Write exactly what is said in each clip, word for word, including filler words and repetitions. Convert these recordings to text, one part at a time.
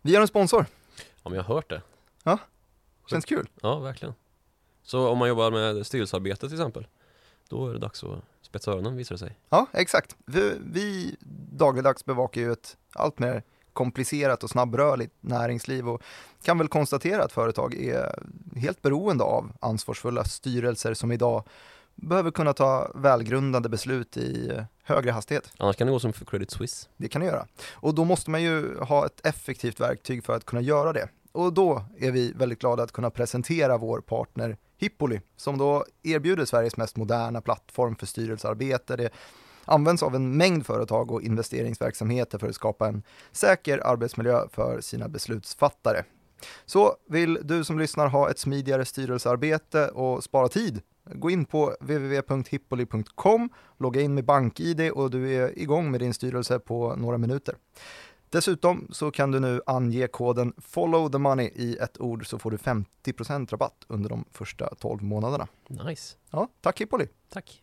Vi är en sponsor. Ja, men jag har hört det. Ja, känns kul. Ja, verkligen. Så om man jobbar med styrelsearbete till exempel, då är det dags att spetsa öronen, visar det sig. Ja, exakt. Vi, vi dagligdags bevakar ju ett allt mer komplicerat och snabbrörligt näringsliv och kan väl konstatera att företag är helt beroende av ansvarsfulla styrelser som idag behöver kunna ta välgrundade beslut i högre hastighet. Annars kan det gå som för Credit Suisse. Det kan det göra. Och då måste man ju ha ett effektivt verktyg för att kunna göra det. Och då är vi väldigt glada att kunna presentera vår partner Hippoli, som då erbjuder Sveriges mest moderna plattform för styrelsearbete. Det används av en mängd företag och investeringsverksamheter för att skapa en säker arbetsmiljö för sina beslutsfattare. Så vill du som lyssnar ha ett smidigare styrelsearbete och spara tid, gå in på w w w punkt hippoli punkt com, logga in med bank-I D och du är igång med din styrelse på några minuter. Dessutom så kan du nu ange koden Follow the Money i ett ord så får du femtio procent rabatt under de första tolv månaderna. Nice. Ja, tack Hippoli. Tack.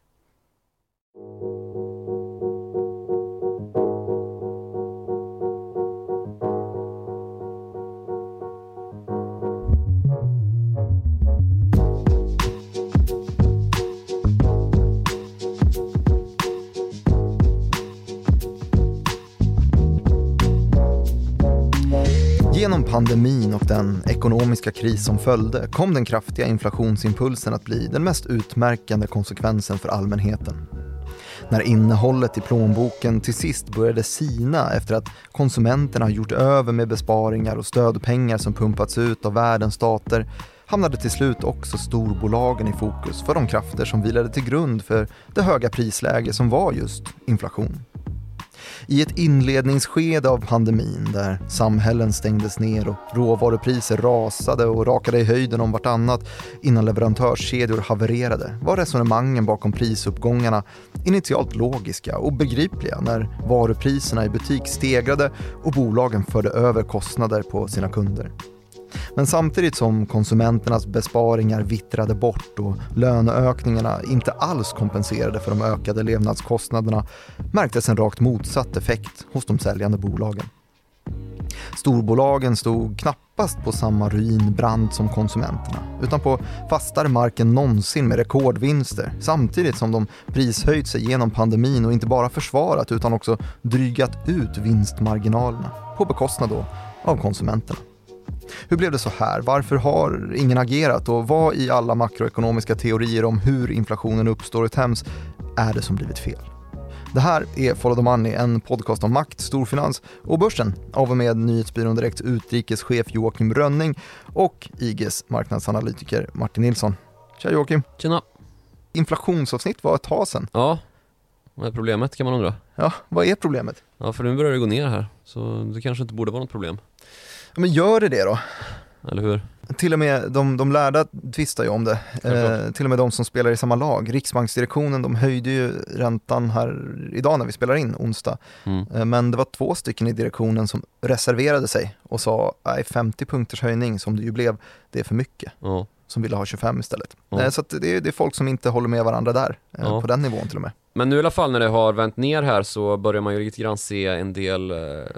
Genom pandemin och den ekonomiska kris som följde kom den kraftiga inflationsimpulsen att bli den mest utmärkande konsekvensen för allmänheten. När innehållet i plånboken till sist började sina efter att konsumenterna gjort över med besparingar och stödpengar som pumpats ut av världens stater hamnade till slut också storbolagen i fokus för de krafter som vilade till grund för det höga prisläge som var just inflation. I ett inledningsskede av pandemin där samhällen stängdes ner och råvarupriser rasade och rakade i höjden om vartannat innan leverantörskedjor havererade var resonemangen bakom prisuppgångarna initialt logiska och begripliga när varupriserna i butik stegrade och bolagen förde över kostnader på sina kunder. Men samtidigt som konsumenternas besparingar vittrade bort och löneökningarna inte alls kompenserade för de ökade levnadskostnaderna märktes en rakt motsatt effekt hos de säljande bolagen. Storbolagen stod knappast på samma ruinbrant som konsumenterna utan på fastare mark än någonsin med rekordvinster samtidigt som de prishöjt sig genom pandemin och inte bara försvarat utan också drygat ut vinstmarginalerna på bekostnad då av konsumenterna. Hur blev det så här? Varför har ingen agerat? Och vad i alla makroekonomiska teorier om hur inflationen uppstår och tämms är det som blivit fel? Det här är Follow the Money, en podcast om makt, storfinans och börsen av och med nyhetsbyrån Direkts utrikeschef Joakim Rönning och I G:s marknadsanalytiker Martin Nilsson. Tja Joakim. Tjena. Inflationsavsnitt var ett tag sedan. Ja, vad är problemet kan man undra? Ja, vad är problemet? Ja, för nu börjar det gå ner här, så det kanske inte borde vara något problem. Ja, men gör det det då? Eller hur? Till och med de, de lärda tvistar ju om det. Eh, till och med de som spelar i samma lag. Riksbanksdirektionen, de höjde ju räntan här idag när vi spelar in onsdag. Mm. Eh, men det var två stycken i direktionen som reserverade sig och sa nej, femtio punkters höjning som det ju blev, det är för mycket. Ja. Som ville ha tjugofem istället. Ja. Eh, så att det, är, det är folk som inte håller med varandra där. Eh, Ja. På den nivån till och med. Men nu i alla fall när det har vänt ner här så börjar man ju lite grann se en del eh,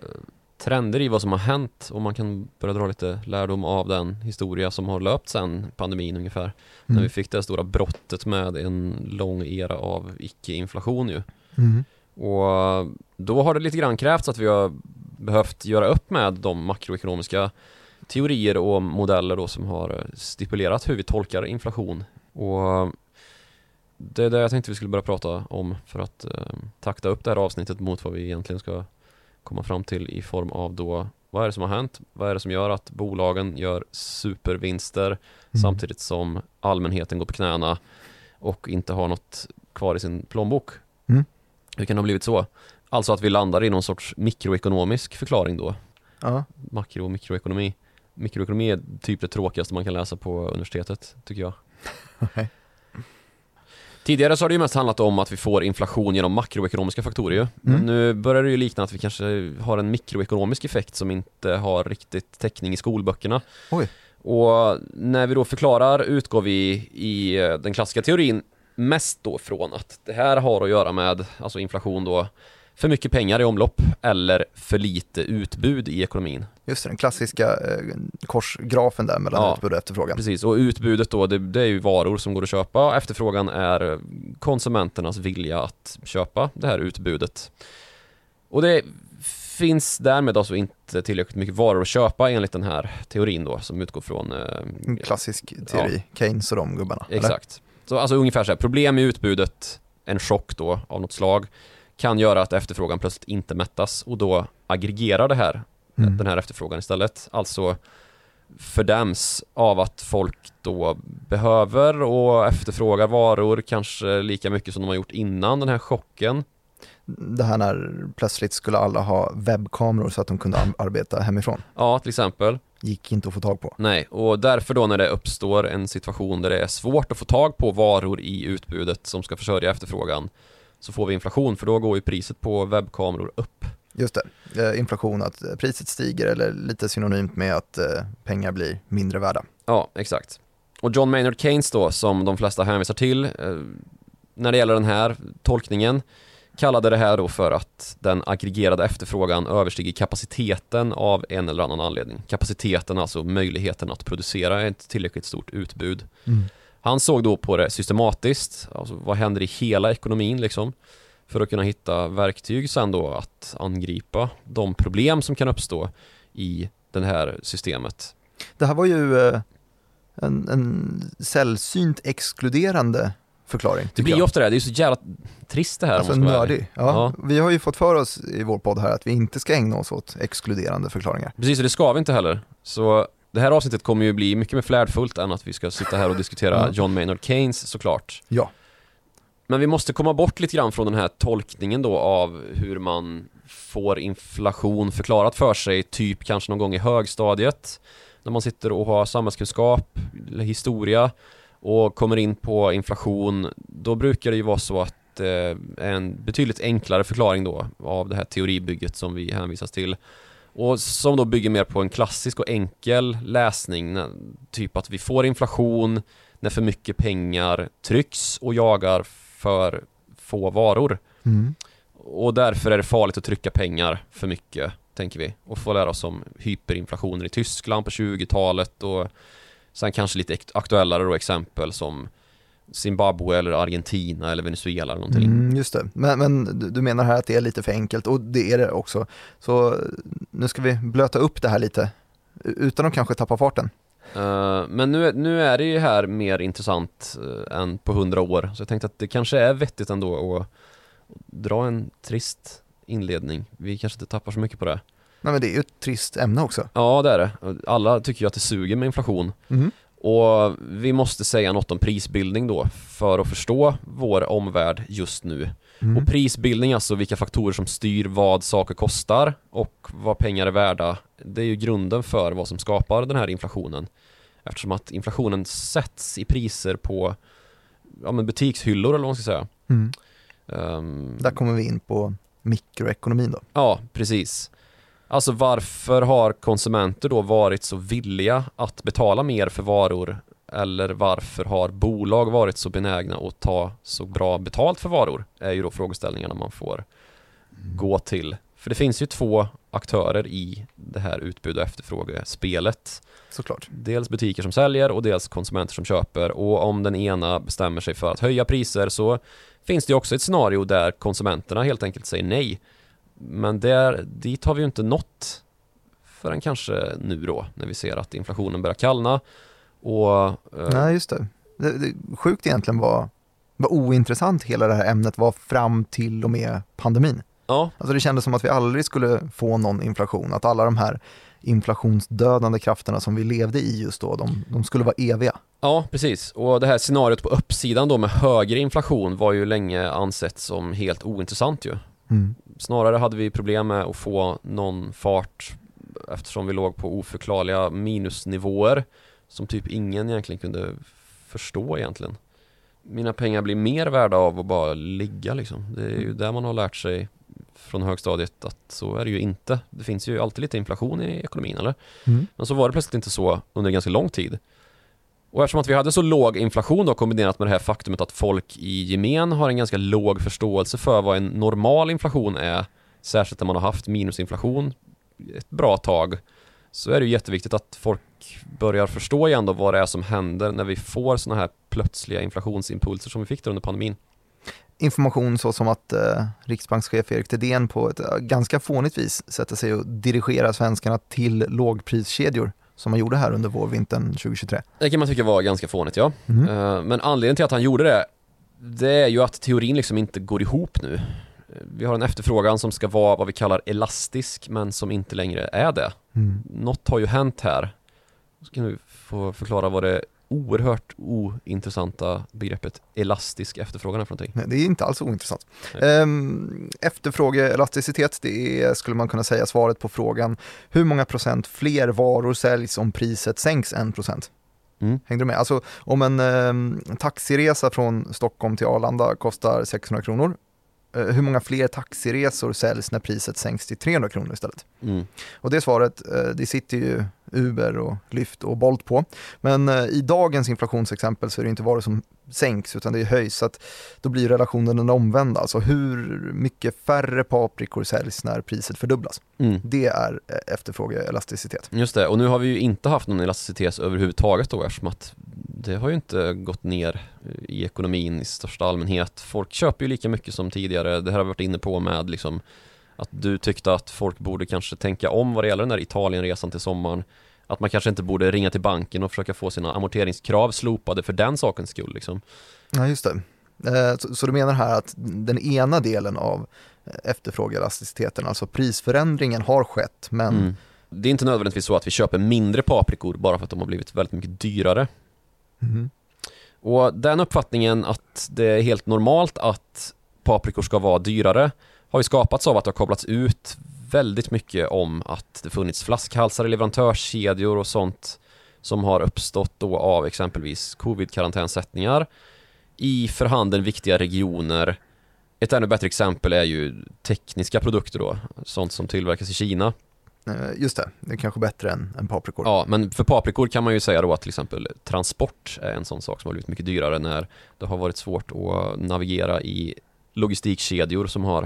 trender i vad som har hänt och man kan börja dra lite lärdom av den historia som har löpt sedan pandemin ungefär. Mm. När vi fick det stora brottet med en lång era av icke-inflation ju. Mm. Och då har det lite grann krävts att vi har behövt göra upp med de makroekonomiska teorier och modeller då som har stipulerat hur vi tolkar inflation. Och det är det jag tänkte vi skulle börja prata om för att eh, takta upp det här avsnittet mot vad vi egentligen ska komma fram till i form av då vad är det som har hänt? Vad är det som gör att bolagen gör supervinster mm. samtidigt som allmänheten går på knäna och inte har något kvar i sin plånbok? Mm. Hur kan det ha blivit så? Alltså att vi landar i någon sorts mikroekonomisk förklaring då. Ja. Makro- och mikroekonomi. Mikroekonomi är typ det tråkigaste man kan läsa på universitetet, tycker jag. Okay. Tidigare så har det ju mest handlat om att vi får inflation genom makroekonomiska faktorer ju. Men Mm. nu börjar det ju likna att vi kanske har en mikroekonomisk effekt som inte har riktigt täckning i skolböckerna. Oj. Och när vi då förklarar utgår vi i den klassiska teorin mest då från att det här har att göra med, alltså inflation då, för mycket pengar i omlopp eller för lite utbud i ekonomin. Just det, den klassiska eh, korsgrafen där mellan Ja, utbud och efterfrågan. Precis, och utbudet då, det, det är ju varor som går att köpa. Efterfrågan är konsumenternas vilja att köpa det här utbudet. Och det finns därmed alltså inte tillräckligt mycket varor att köpa enligt den här teorin då, som utgår från... Eh, en klassisk teori, ja. Keynes och de gubbarna. Exakt. Eller? Så alltså ungefär så här, problem i utbudet, en chock då av något slag, kan göra att efterfrågan plötsligt inte mättas och då aggregerar det här, mm. den här efterfrågan istället. Alltså fördäms av att folk då behöver och efterfrågar varor kanske lika mycket som de har gjort innan den här chocken. Det här när plötsligt skulle alla ha webbkameror så att de kunde arbeta hemifrån. Ja, till exempel. Gick inte att få tag på. Nej, och därför då när det uppstår en situation där det är svårt att få tag på varor i utbudet som ska försörja efterfrågan, så får vi inflation, för då går ju priset på webbkameror upp. Just det, eh, inflation, att priset stiger, eller lite synonymt med att eh, pengar blir mindre värda. Ja, exakt. Och John Maynard Keynes då, som de flesta hänvisar till, eh, när det gäller den här tolkningen, kallade det här då för att den aggregerade efterfrågan överstiger kapaciteten av en eller annan anledning. Kapaciteten, alltså möjligheten att producera ett tillräckligt stort utbud. Mm. Han såg då på det systematiskt, alltså vad händer i hela ekonomin liksom, för att kunna hitta verktyg sen då att angripa de problem som kan uppstå i det här systemet. Det här var ju eh, en, en sällsynt exkluderande förklaring. Det blir ju ofta det, det är så jävla trist det här. Alltså nördig. Ja, ja. Vi har ju fått för oss i vår podd här att vi inte ska ägna oss åt exkluderande förklaringar. Precis, och det ska vi inte heller. Så det här avsnittet kommer ju bli mycket mer flärdfullt än att vi ska sitta här och diskutera ja. John Maynard Keynes såklart. Ja. Men vi måste komma bort lite grann från den här tolkningen då av hur man får inflation förklarat för sig, typ kanske någon gång i högstadiet när man sitter och har samhällskunskap eller historia och kommer in på inflation. Då brukar det ju vara så att eh, en betydligt enklare förklaring då av det här teoribygget som vi hänvisas till, och som då bygger mer på en klassisk och enkel läsning, typ att vi får inflation när för mycket pengar trycks och jagar för få varor. Mm. Och därför är det farligt att trycka pengar för mycket, tänker vi. Och få lära oss om hyperinflationen i Tyskland på tjugotalet, och sen kanske lite aktuellare då exempel som Zimbabwe eller Argentina eller Venezuela eller någonting. Mm, just det. Men, men du menar här att det är lite för enkelt, och det är det också. Så nu ska vi blöta upp det här lite utan att kanske tappa farten. Uh, men nu, nu är det ju här mer intressant uh, än på hundra år. Så jag tänkte att det kanske är vettigt ändå att dra en trist inledning. Vi kanske inte tappar så mycket på det. Nej, men det är ju ett trist ämne också. Ja, det är det. Alla tycker ju att det suger med inflation. Mm. Och vi måste säga något om prisbildning då för att förstå vår omvärld just nu. Mm. Och prisbildning, alltså vilka faktorer som styr vad saker kostar och vad pengar är värda, det är ju grunden för vad som skapar den här inflationen. Eftersom att inflationen sätts i priser på ja, men butikshyllor eller vad man ska säga. Mm. Um, Där kommer vi in på mikroekonomin då. Ja, precis. Alltså varför har konsumenter då varit så villiga att betala mer för varor, eller varför har bolag varit så benägna att ta så bra betalt för varor, är ju då frågeställningarna man får mm. gå till. För det finns ju två aktörer i det här utbud- och efterfrågespelet. Såklart. Dels butiker som säljer och dels konsumenter som köper, och om den ena bestämmer sig för att höja priser så finns det ju också ett scenario där konsumenterna helt enkelt säger nej. Men där, dit har vi ju inte nått förrän kanske nu då, när vi ser att inflationen börjar kallna. Och, eh... Nej, just det. Det, det sjukt egentligen var, var ointressant hela det här ämnet var fram till och med pandemin. Ja. Alltså det kändes som att vi aldrig skulle få någon inflation. Att alla de här inflationsdödande krafterna som vi levde i just då, de, de skulle vara eviga. Ja, precis. Och det här scenariot på uppsidan då med högre inflation var ju länge ansett som helt ointressant ju. Mm. Snarare hade vi problem med att få någon fart eftersom vi låg på oförklarliga minusnivåer som typ ingen egentligen kunde förstå egentligen. Mina pengar blir mer värda av att bara ligga liksom. Det är ju där man har lärt sig från högstadiet att så är det ju inte. Det finns ju alltid lite inflation i ekonomin, eller? Mm. Men så var det plötsligt inte så under ganska lång tid. Och eftersom att vi hade så låg inflation då, kombinerat med det här faktumet att folk i gemen har en ganska låg förståelse för vad en normal inflation är, särskilt när man har haft minusinflation ett bra tag, så är det ju jätteviktigt att folk börjar förstå igen då vad det är som händer när vi får såna här plötsliga inflationsimpulser som vi fick under pandemin. Information så som att eh, riksbankschef Erik Thedéen på ett eh, ganska fånigt vis sätter sig och dirigerar svenskarna till lågpriskedjor som man gjorde här under vårvintern tjugohundratjugotre. Det kan man tycka var ganska fånigt, ja. Mm. Uh, men anledningen till att han gjorde det, det är ju att teorin liksom inte går ihop nu. Vi har en efterfrågan som ska vara vad vi kallar elastisk, men som inte längre är det. Mm. Något har ju hänt här. Ska nu få förklara vad det oerhört ointressanta begreppet elastisk efterfrågan är för någonting. Nej, det är inte alls ointressant. Ehm, efterfrågeelasticitet, det är, skulle man kunna säga, svaret på frågan hur många procent fler varor säljs om priset sänks en procent. Mm. Hängde du med? Alltså om en eh, taxiresa från Stockholm till Arlanda kostar sexhundra kronor, eh, hur många fler taxiresor säljs när priset sänks till trehundra kronor istället? Mm. Och det svaret, eh, det sitter ju Uber och Lyft och Bolt på. Men eh, i dagens inflationsexempel så är det inte varor som sänks utan det är höjs, så att då blir relationen den omvända. Alltså hur mycket färre paprikor säljs när priset fördubblas. Mm. Det är eh, efterfrågeelasticitet. Just det, och nu har vi ju inte haft någon elasticitet överhuvudtaget då, eftersom att det har ju inte gått ner i ekonomin i största allmänhet. Folk köper ju lika mycket som tidigare. Det här har vi varit inne på med liksom att du tyckte att folk borde kanske tänka om vad det gäller den där Italienresan till sommaren. Att man kanske inte borde ringa till banken och försöka få sina amorteringskrav slopade för den sakens skull. Liksom. Ja, just det. Så, så du menar här att den ena delen av efterfrågeelasticiteten, alltså prisförändringen, har skett, men... Mm. Det är inte nödvändigtvis så att vi köper mindre paprikor bara för att de har blivit väldigt mycket dyrare. Mm. Och den uppfattningen att det är helt normalt att paprikor ska vara dyrare har ju skapats av att det har kopplats ut väldigt mycket om att det funnits flaskhalsar i leverantörskedjor och sånt som har uppstått då av exempelvis covid-karantänsättningar i för handeln viktiga regioner. Ett ännu bättre exempel är ju tekniska produkter då, sånt som tillverkas i Kina. Just det, det är kanske bättre än, än paprikor. Ja, men för paprikor kan man ju säga då att till exempel transport är en sån sak som har blivit mycket dyrare när det har varit svårt att navigera i logistikkedjor som har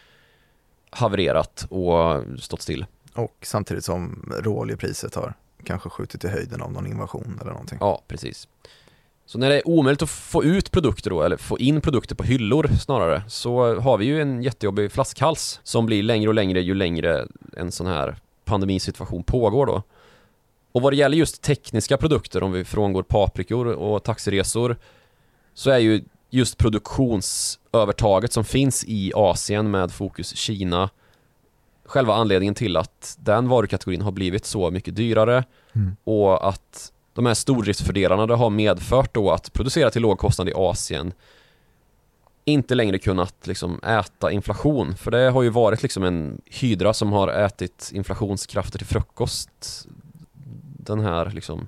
havererat och stått still. Och samtidigt som råoljepriset har kanske skjutit i höjden av någon invasion eller någonting. Ja, precis. Så när det är omöjligt att få ut produkter då, eller få in produkter på hyllor snarare, så har vi ju en jättejobbig flaskhals som blir längre och längre ju längre en sån här pandemisituation pågår då. Och vad det gäller just tekniska produkter, om vi frångår paprikor och taxiresor, så är ju just produktionsövertaget som finns i Asien med fokus Kina själva anledningen till att den varukategorin har blivit så mycket dyrare mm. och att de här stordriftsfördelarna det har medfört då att producera till låg kostnad i Asien inte längre kunnat liksom äta inflation, för det har ju varit liksom en hydra som har ätit inflationskrafter till frukost, den här liksom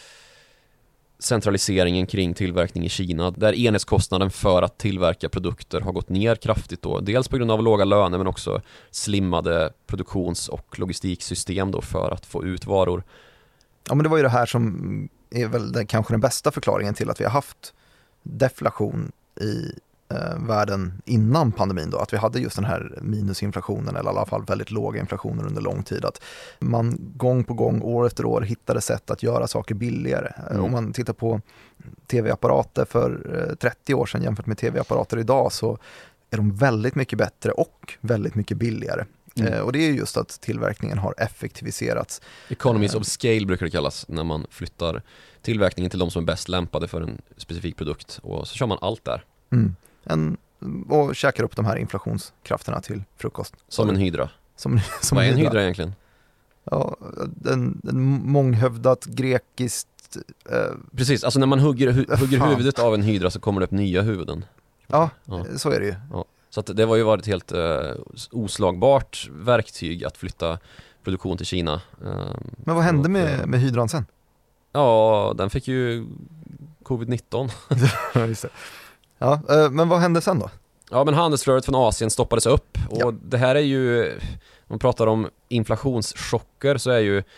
centraliseringen kring tillverkning i Kina, där enhetskostnaden för att tillverka produkter har gått ner kraftigt då, dels på grund av låga löner men också slimmade produktions- och logistiksystem då för att få ut varor. Ja, men det var ju det här som är väl den, kanske den bästa förklaringen till att vi har haft deflation i eh, världen innan pandemin då, att vi hade just den här minusinflationen eller i alla fall väldigt låga inflationer under lång tid, att man gång på gång, år efter år hittade sätt att göra saker billigare. Mm. Om man tittar på tv-apparater för eh, trettio år sedan jämfört med tv-apparater idag, så är de väldigt mycket bättre och väldigt mycket billigare. Mm. Eh, och det är just att tillverkningen har effektiviserats. Economies of scale brukar det kallas när man flyttar tillverkningen till de som är bäst lämpade för en specifik produkt, och så kör man allt där. Mm. En, och käkar upp de här inflationskrafterna till frukost. Som en hydra. Som, som Vad är en hydra. hydra egentligen? Ja, en, en månghövdat grekiskt... Eh, Precis, alltså när man hugger, hu- hugger huvudet av en hydra så kommer det upp nya huvuden. Ja, ja. Så är det ju. Ja. Så att det var ju varit ett helt eh, oslagbart verktyg att flytta produktion till Kina. Eh, Men vad hände och, med, med hydran sen? Ja, den fick ju covid nitton. Just det. Ja, eh, men vad hände sen då? Ja, men handelsflödet från Asien stoppades upp. Och ja. Det här är ju, om man pratar om inflationschocker, så är ju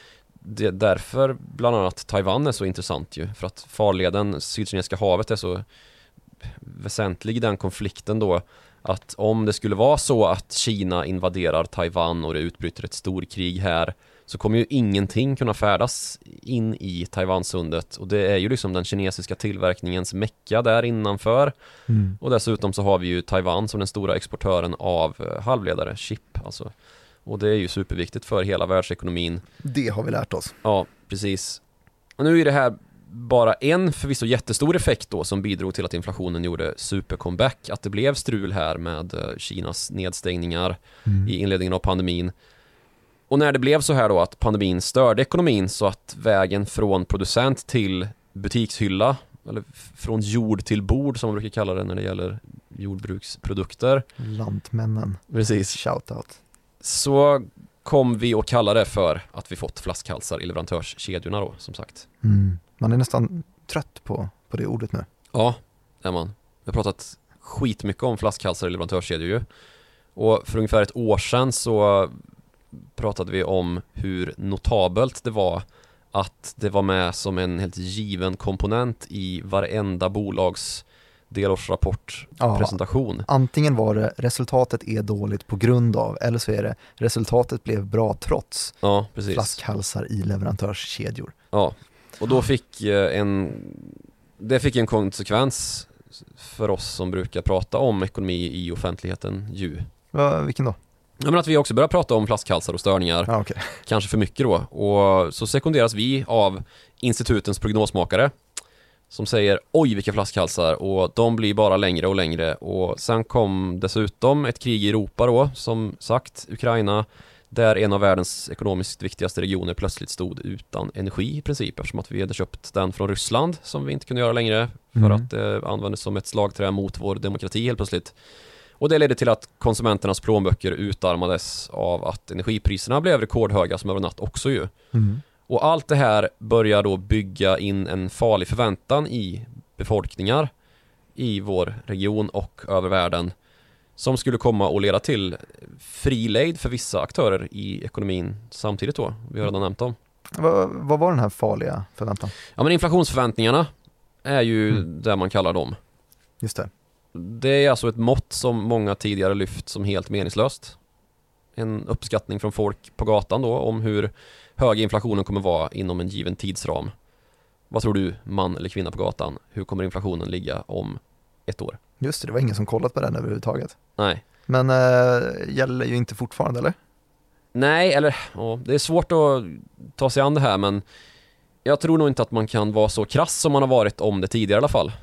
det är därför bland annat Taiwan är så intressant ju. För att farleden, Sydkinesiska havet är så väsentlig i den konflikten då. Att om det skulle vara så att Kina invaderar Taiwan och det utbryter ett storkrig här, så kommer ju ingenting kunna färdas in i Taiwansundet. Och det är ju liksom den kinesiska tillverkningens mecka där innanför. Mm. Och dessutom så har vi ju Taiwan som den stora exportören av halvledare, chip alltså. Och det är ju superviktigt för hela världsekonomin. Det har vi lärt oss. Ja, precis. Och nu är det här bara en förvisso jättestor effekt då som bidrog till att inflationen gjorde supercomeback. Att det blev strul här med Kinas nedstängningar mm. i inledningen av pandemin. Och när det blev så här då att pandemin störde ekonomin så att vägen från producent till butikshylla, eller från jord till bord som man brukar kalla det när det gäller jordbruksprodukter. Lantmännen. Precis. Shoutout. Så kom vi att kalla det för att vi fått flaskhalsar i leverantörskedjorna då, som sagt. Mm. Man är nästan trött på, på det ordet nu. Ja, är man. Vi har pratat skitmycket om flaskhalsar i leverantörskedjor ju. Och för ungefär ett år sedan så pratade vi om hur notabelt det var att det var med som en helt given komponent i varenda bolags delårsrapport ja, presentation. Antingen var det resultatet är dåligt på grund av, eller så är det resultatet blev bra trots ja, precis. flaskhalsar i leverantörskedjor. Ja, och då fick en det fick en konsekvens för oss som brukar prata om ekonomi i offentligheten ju. Ja, vilken då? Ja, men att vi också börjar prata om flaskhalsar och störningar. Ja, okay. Kanske för mycket då. Och så sekunderas vi av institutens prognosmakare som säger oj vilka flaskhalsar, och de blir bara längre och längre. Och sen kom dessutom ett krig i Europa då, som sagt, Ukraina, där en av världens ekonomiskt viktigaste regioner plötsligt stod utan energi i princip, eftersom att vi hade köpt den från Ryssland som vi inte kunde göra längre för mm. att det eh, användes som ett slagträ mot vår demokrati helt plötsligt. Och det ledde till att konsumenternas plånböcker utarmades av att energipriserna blev rekordhöga som över natt också ju. Mm. Och allt det här börjar då bygga in en farlig förväntan i befolkningar i vår region och över världen som skulle komma att leda till fri lejd för vissa aktörer i ekonomin samtidigt då. Vi har redan nämnt dem. Vad, vad var den här farliga förväntan? Ja, men inflationsförväntningarna är ju mm. det man kallar dem. Just det. Det är alltså ett mått som många tidigare lyft som helt meningslöst. En uppskattning från folk på gatan då om hur hög inflationen kommer vara inom en given tidsram. Vad tror du, man eller kvinna på gatan? Hur kommer inflationen ligga om ett år? Just det, det var ingen som kollat på den överhuvudtaget. Nej. Men äh, gäller ju inte fortfarande, eller? Nej, eller ja, det är svårt att ta sig an det här, men jag tror nog inte att man kan vara så krass som man har varit om det tidigare i alla fall.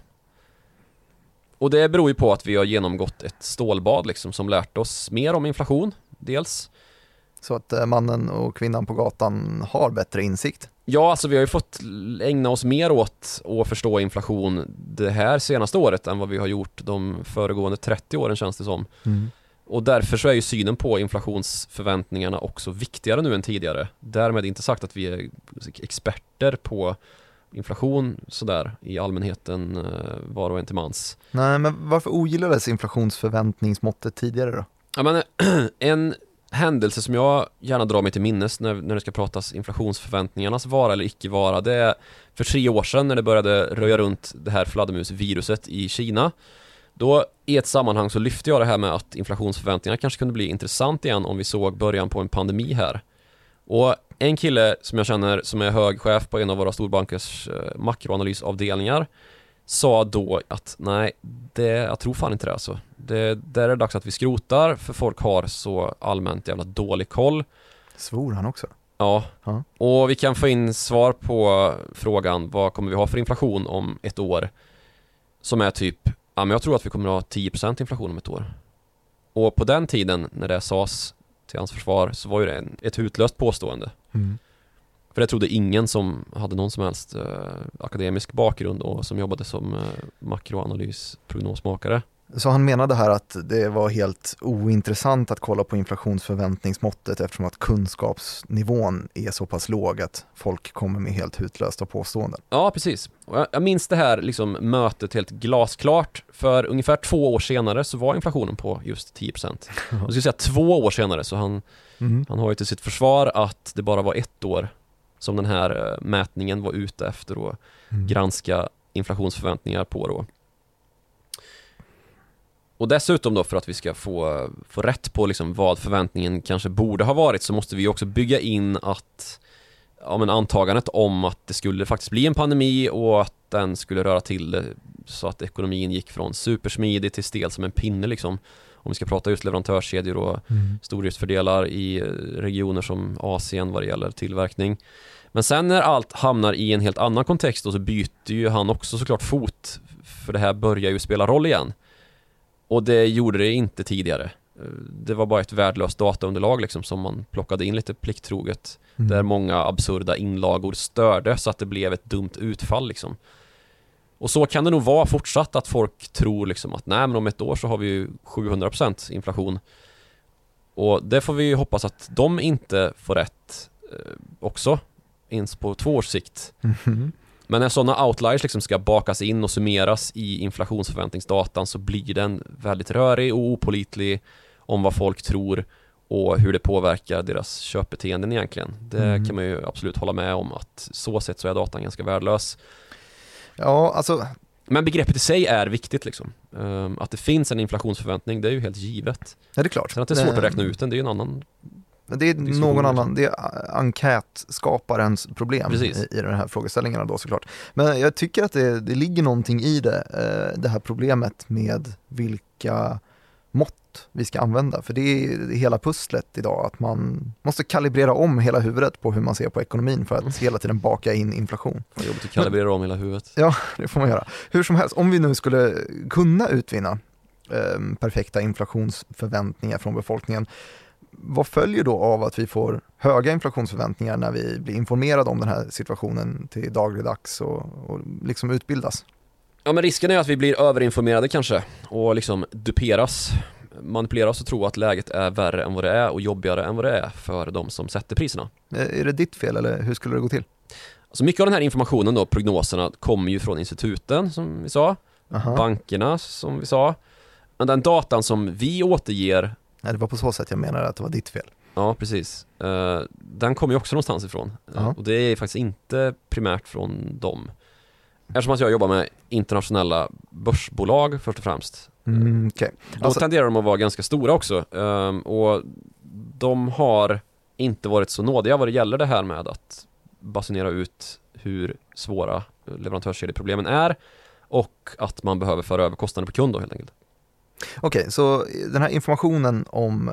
Och det beror ju på att vi har genomgått ett stålbad liksom, som lärt oss mer om inflation, dels. Så att äh, mannen och kvinnan på gatan har bättre insikt? Ja, alltså vi har ju fått ägna oss mer åt att förstå inflation det här senaste året än vad vi har gjort de föregående trettio åren, känns det som. Mm. Och därför så är ju synen på inflationsförväntningarna också viktigare nu än tidigare. Därmed inte sagt att vi är experter på inflation sådär i allmänheten var och en till mans. Nej, men varför ogillades inflationsförväntningsmåttet tidigare då? Ja, men en händelse som jag gärna drar mig till minnes när, när det ska pratas inflationsförväntningarnas vara eller icke vara, det är för tre år sedan när det började röja runt det här fladdermusviruset i Kina. Då i ett sammanhang så lyfte jag det här med att inflationsförväntningarna kanske kunde bli intressant igen om vi såg början på en pandemi här. Och en kille som jag känner som är hög chef på en av våra storbankers eh, makroanalysavdelningar sa då att nej, det, jag tror fan inte det alltså. Det, där är det dags att vi skrotar för folk har så allmänt jävla dålig koll. Svor han också? Ja, ha? Och vi kan få in svar på frågan vad kommer vi ha för inflation om ett år som är typ, ja men jag tror att vi kommer ha tio procent inflation om ett år. Och på den tiden när det sades till hans försvar så var ju det en, ett hutlöst påstående. Mm. För det trodde ingen som hade någon som helst eh, akademisk bakgrund och som jobbade som eh, makroanalysprognosmakare. Så han menade här att det var helt ointressant att kolla på inflationsförväntningsmåttet eftersom att kunskapsnivån är så pass låg att folk kommer med helt hutlösta påståenden. Ja, precis. Och jag, jag minns det här liksom, mötet helt glasklart. För ungefär två år senare så var inflationen på just tio procent. Jag skulle säga två år senare, så han, mm. han har ju till sitt försvar att det bara var ett år som den här mätningen var ute efter och mm. granska inflationsförväntningar på då. Och dessutom då för att vi ska få, få rätt på liksom vad förväntningen kanske borde ha varit, så måste vi också bygga in att ja, men antagandet om att det skulle faktiskt bli en pandemi och att den skulle röra till det så att ekonomin gick från supersmidig till stel som en pinne liksom. Om vi ska prata just leverantörskedjor och mm. stordriftsfördelar i regioner som Asien vad det gäller tillverkning. Men sen när allt hamnar i en helt annan kontext då, så byter ju han också såklart fot, för det här börjar ju spela roll igen. Och det gjorde det inte tidigare. Det var bara ett värdelöst dataunderlag liksom, som man plockade in lite plikttroget. Mm. Där många absurda inlagor störde så att det blev ett dumt utfall liksom. Och så kan det nog vara fortsatt, att folk tror liksom att nej, men om ett år så har vi ju sjuhundra procent inflation. Och det får vi ju hoppas att de inte får rätt eh, också, ens på två års sikt. Mm-hmm. Men när sådana outliers liksom ska bakas in och summeras i inflationsförväntningsdatan, så blir den väldigt rörig och opålitlig om vad folk tror och hur det påverkar deras köpbeteenden egentligen. Det mm. kan man ju absolut hålla med om, att så sett så är datan ganska värdelös. Ja, alltså... Men begreppet i sig är viktigt liksom. Um, att det finns en inflationsförväntning, det är ju helt givet. Ja, det är klart. Sen att det är svårt det... att räkna ut den, det är ju en annan... Det är någon annan, det är enkätskaparens problem i, i den här frågeställningarna då såklart. Men jag tycker att det, det ligger någonting i det, det här problemet med vilka mått vi ska använda. För det är hela pusslet idag, att man måste kalibrera om hela huvudet på hur man ser på ekonomin för att mm. hela tiden baka in inflation. Det är jobbigt att kalibrera om hela huvudet. Ja, det får man göra. Hur som helst, om vi nu skulle kunna utvinna eh, perfekta inflationsförväntningar från befolkningen, vad följer då av att vi får höga inflationsförväntningar när vi blir informerade om den här situationen till dagligdags och, och liksom utbildas? Ja, men risken är att vi blir överinformerade kanske och liksom duperas, manipuleras och tro att läget är värre än vad det är och jobbigare än vad det är för de som sätter priserna. Är det ditt fel eller hur skulle det gå till? Alltså mycket av den här informationen då, prognoserna, kommer ju från instituten som vi sa, Aha. bankerna som vi sa, men den datan som vi återger. Nej, det var på så sätt jag menar att det var ditt fel. Ja, precis. Uh, den kommer ju också någonstans ifrån. Uh, och det är faktiskt inte primärt från dem. Eftersom att jag jobbar med internationella börsbolag först och främst. Mm, okay. Då alltså... tenderar de att vara ganska stora också. Um, och de har inte varit så nådiga vad det gäller det här med att basunera ut hur svåra leverantörskedjeproblemen är och att man behöver föra över kostnader på kund då, helt enkelt. Okej, okay, så den här informationen om,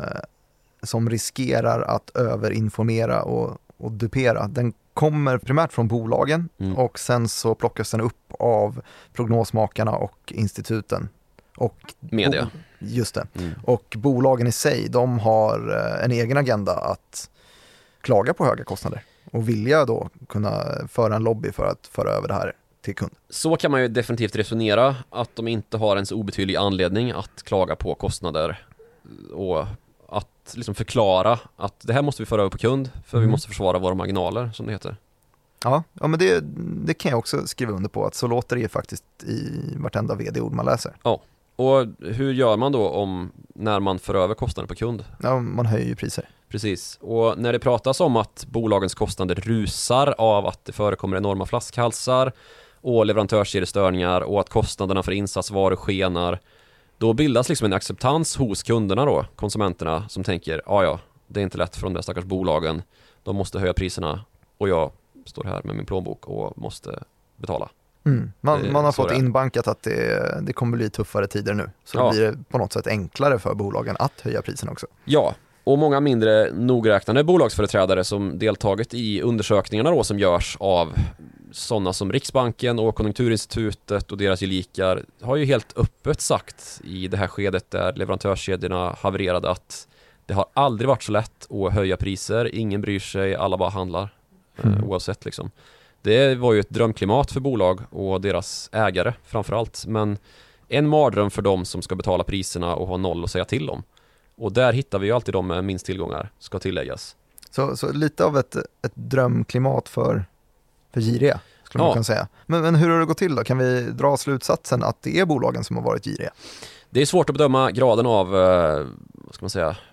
som riskerar att överinformera och, och dupera, den kommer primärt från bolagen mm. och sen så plockas den upp av prognosmakarna och instituten. Och media. Bo- just det. Mm. Och bolagen i sig, de har en egen agenda att klaga på höga kostnader och vilja då kunna föra en lobby för att föra över det här till kund. Så kan man ju definitivt resonera, att de inte har en så obetydlig anledning att klaga på kostnader och att liksom förklara att det här måste vi föra över på kund för mm. vi måste försvara våra marginaler, som det heter. Ja, ja men det, det kan jag också skriva under på, att så låter det ju faktiskt i vartenda vd-ord man läser. Ja, och hur gör man då om när man för över kostnader på kund? Ja, man höjer ju priser. Precis, och när det pratas om att bolagens kostnader rusar av att det förekommer enorma flaskhalsar och leverantörskedjestörningar och att kostnaderna för insatsvaror skenar, då bildas liksom en acceptans hos kunderna då, konsumenterna, som tänker, ja ja, det är inte lätt för de där stackars bolagen, de måste höja priserna och jag står här med min plånbok och måste betala. Mm. Man, det, man har fått inbankat att det, det kommer bli tuffare tider nu, så ja. Då blir det på något sätt enklare för bolagen att höja priserna också. Ja, och många mindre nogräknade bolagsföreträdare som deltagit i undersökningarna då, som görs av sådana som Riksbanken och Konjunkturinstitutet och deras gelikar, har ju helt öppet sagt i det här skedet där leverantörskedjorna havererade att det har aldrig varit så lätt att höja priser, ingen bryr sig, alla bara handlar mm. oavsett liksom. Det var ju ett drömklimat för bolag och deras ägare framförallt, men en mardröm för dem som ska betala priserna och ha noll att säga till om. Och där hittar vi ju alltid de med minst tillgångar, ska tilläggas. Så, så lite av ett, ett drömklimat för, för giriga, skulle ja. man kunna säga. Men, men hur har det gått till då? Kan vi dra slutsatsen att det är bolagen som har varit giriga? Det är svårt att bedöma graden av, eh, vad ska man säga,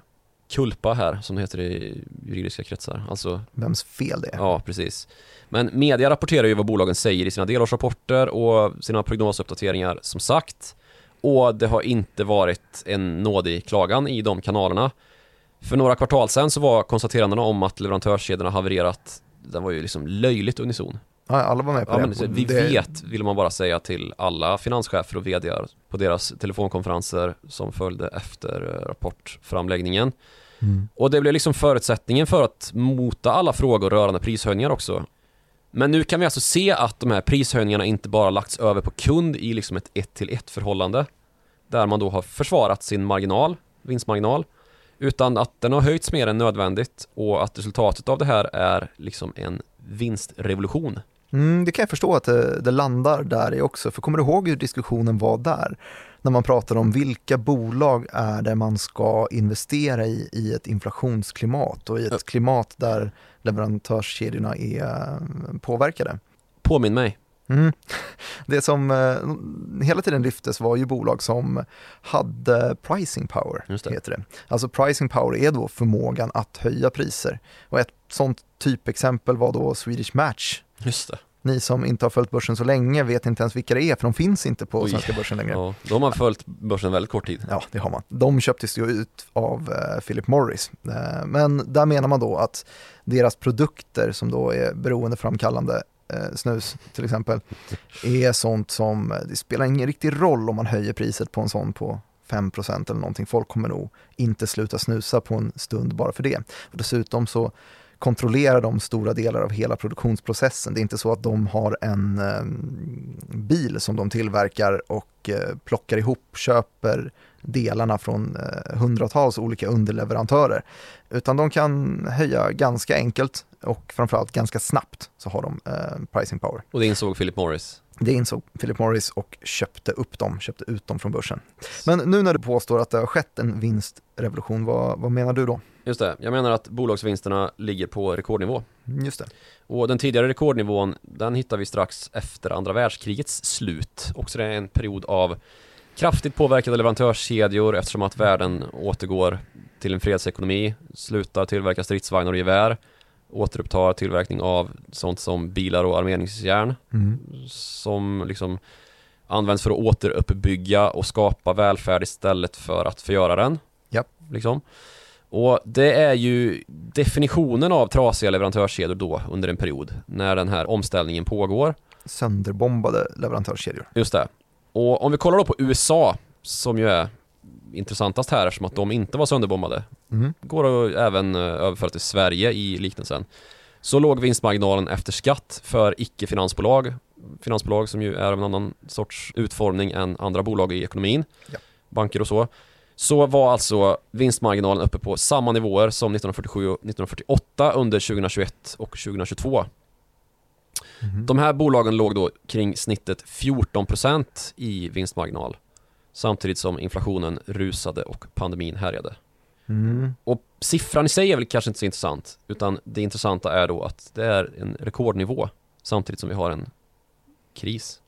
culpa här, som det heter i juridiska kretsar. Alltså, vems fel det är. Ja, precis. Men media rapporterar ju vad bolagen säger i sina delårsrapporter och sina prognosuppdateringar som sagt. Och det har inte varit en nådig klagan i de kanalerna. För några kvartal sedan så var konstaterandena om att leverantörskedjorna havererat, den var ju liksom löjligt unison. Ja, alla var med på ja, det. Men, vi det... vet, vill man bara säga till alla finanschefer och vd:ar på deras telefonkonferenser som följde efter rapportframläggningen. Mm. Och det blev liksom förutsättningen för att mota alla frågor rörande prishöjningar också. Men nu kan vi alltså se att de här prishöjningarna inte bara lagts över på kund i liksom ett ett till ett förhållande där man då har försvarat sin marginal, vinstmarginal, utan att den har höjts mer än nödvändigt och att resultatet av det här är liksom en vinstrevolution. Mm, det kan jag förstå att det, det landar där i också, för kommer du ihåg hur diskussionen var där? När man pratar om vilka bolag är det man ska investera i i ett inflationsklimat och i ett klimat där leverantörskedjorna är påverkade. Påminn mig. Mm. Det som eh, hela tiden lyftes var ju bolag som hade pricing power, Just det. heter det. Alltså pricing power är då förmågan att höja priser. Och ett sånt typexempel var då Swedish Match. Just det. Ni som inte har följt börsen så länge vet inte ens vilka det är, för de finns inte på Oj. svenska börsen längre. Ja, de har följt börsen väldigt kort tid. Ja, det har man. De köptes ju ut av eh, Philip Morris. Eh, men där menar man då att deras produkter som då är beroendeframkallande, eh, snus till exempel, är sånt som, det spelar ingen riktig roll om man höjer priset på en sån på fem procent eller någonting. Folk kommer nog inte sluta snusa på en stund bara för det. Och dessutom så kontrollerar de stora delar av hela produktionsprocessen. Det är inte så att de har en eh, bil som de tillverkar och eh, plockar ihop, köper delarna från eh, hundratals olika underleverantörer. Utan de kan höja ganska enkelt och framförallt ganska snabbt, så har de eh, pricing power. Och det insåg Philip Morris. Det insåg Philip Morris och köpte upp dem, köpte ut dem från börsen. Men nu när du påstår att det har skett en vinstrevolution, vad, vad menar du då? Just det, jag menar att bolagsvinsterna ligger på rekordnivå. Just det. Och den tidigare rekordnivån, den hittar vi strax efter andra världskrigets slut. Också det är en period av kraftigt påverkade leverantörskedjor eftersom att världen återgår till en fredsekonomi, slutar tillverka stridsvagnar och gevär, återupptar tillverkning av sånt som bilar och armeringsjärn mm. som liksom används för att återuppbygga och skapa välfärd istället för att förgöra den. Ja. Liksom. Och det är ju definitionen av trasiga leverantörskedjor då under en period när den här omställningen pågår. Sönderbombade leverantörskedjor. Just det. Och om vi kollar då på U S A som ju är intressantast här eftersom att de inte var sönderbombade. Mm. Går att även överföra till Sverige i liknelsen. Så låg vinstmarginalen efter skatt för icke-finansbolag, finansbolag som ju är av en annan sorts utformning än andra bolag i ekonomin, ja. Banker och så. Så var alltså vinstmarginalen uppe på samma nivåer som nittonhundrafyrtiosju och nittonhundrafyrtioåtta under tjugohundratjugoett och tjugohundratjugotvå. Mm. De här bolagen låg då kring snittet fjorton procent i vinstmarginal. Samtidigt som inflationen rusade och pandemin härjade. Mm. Och siffran i sig är väl kanske inte så intressant. Utan det intressanta är då att det är en rekordnivå samtidigt som vi har en kris.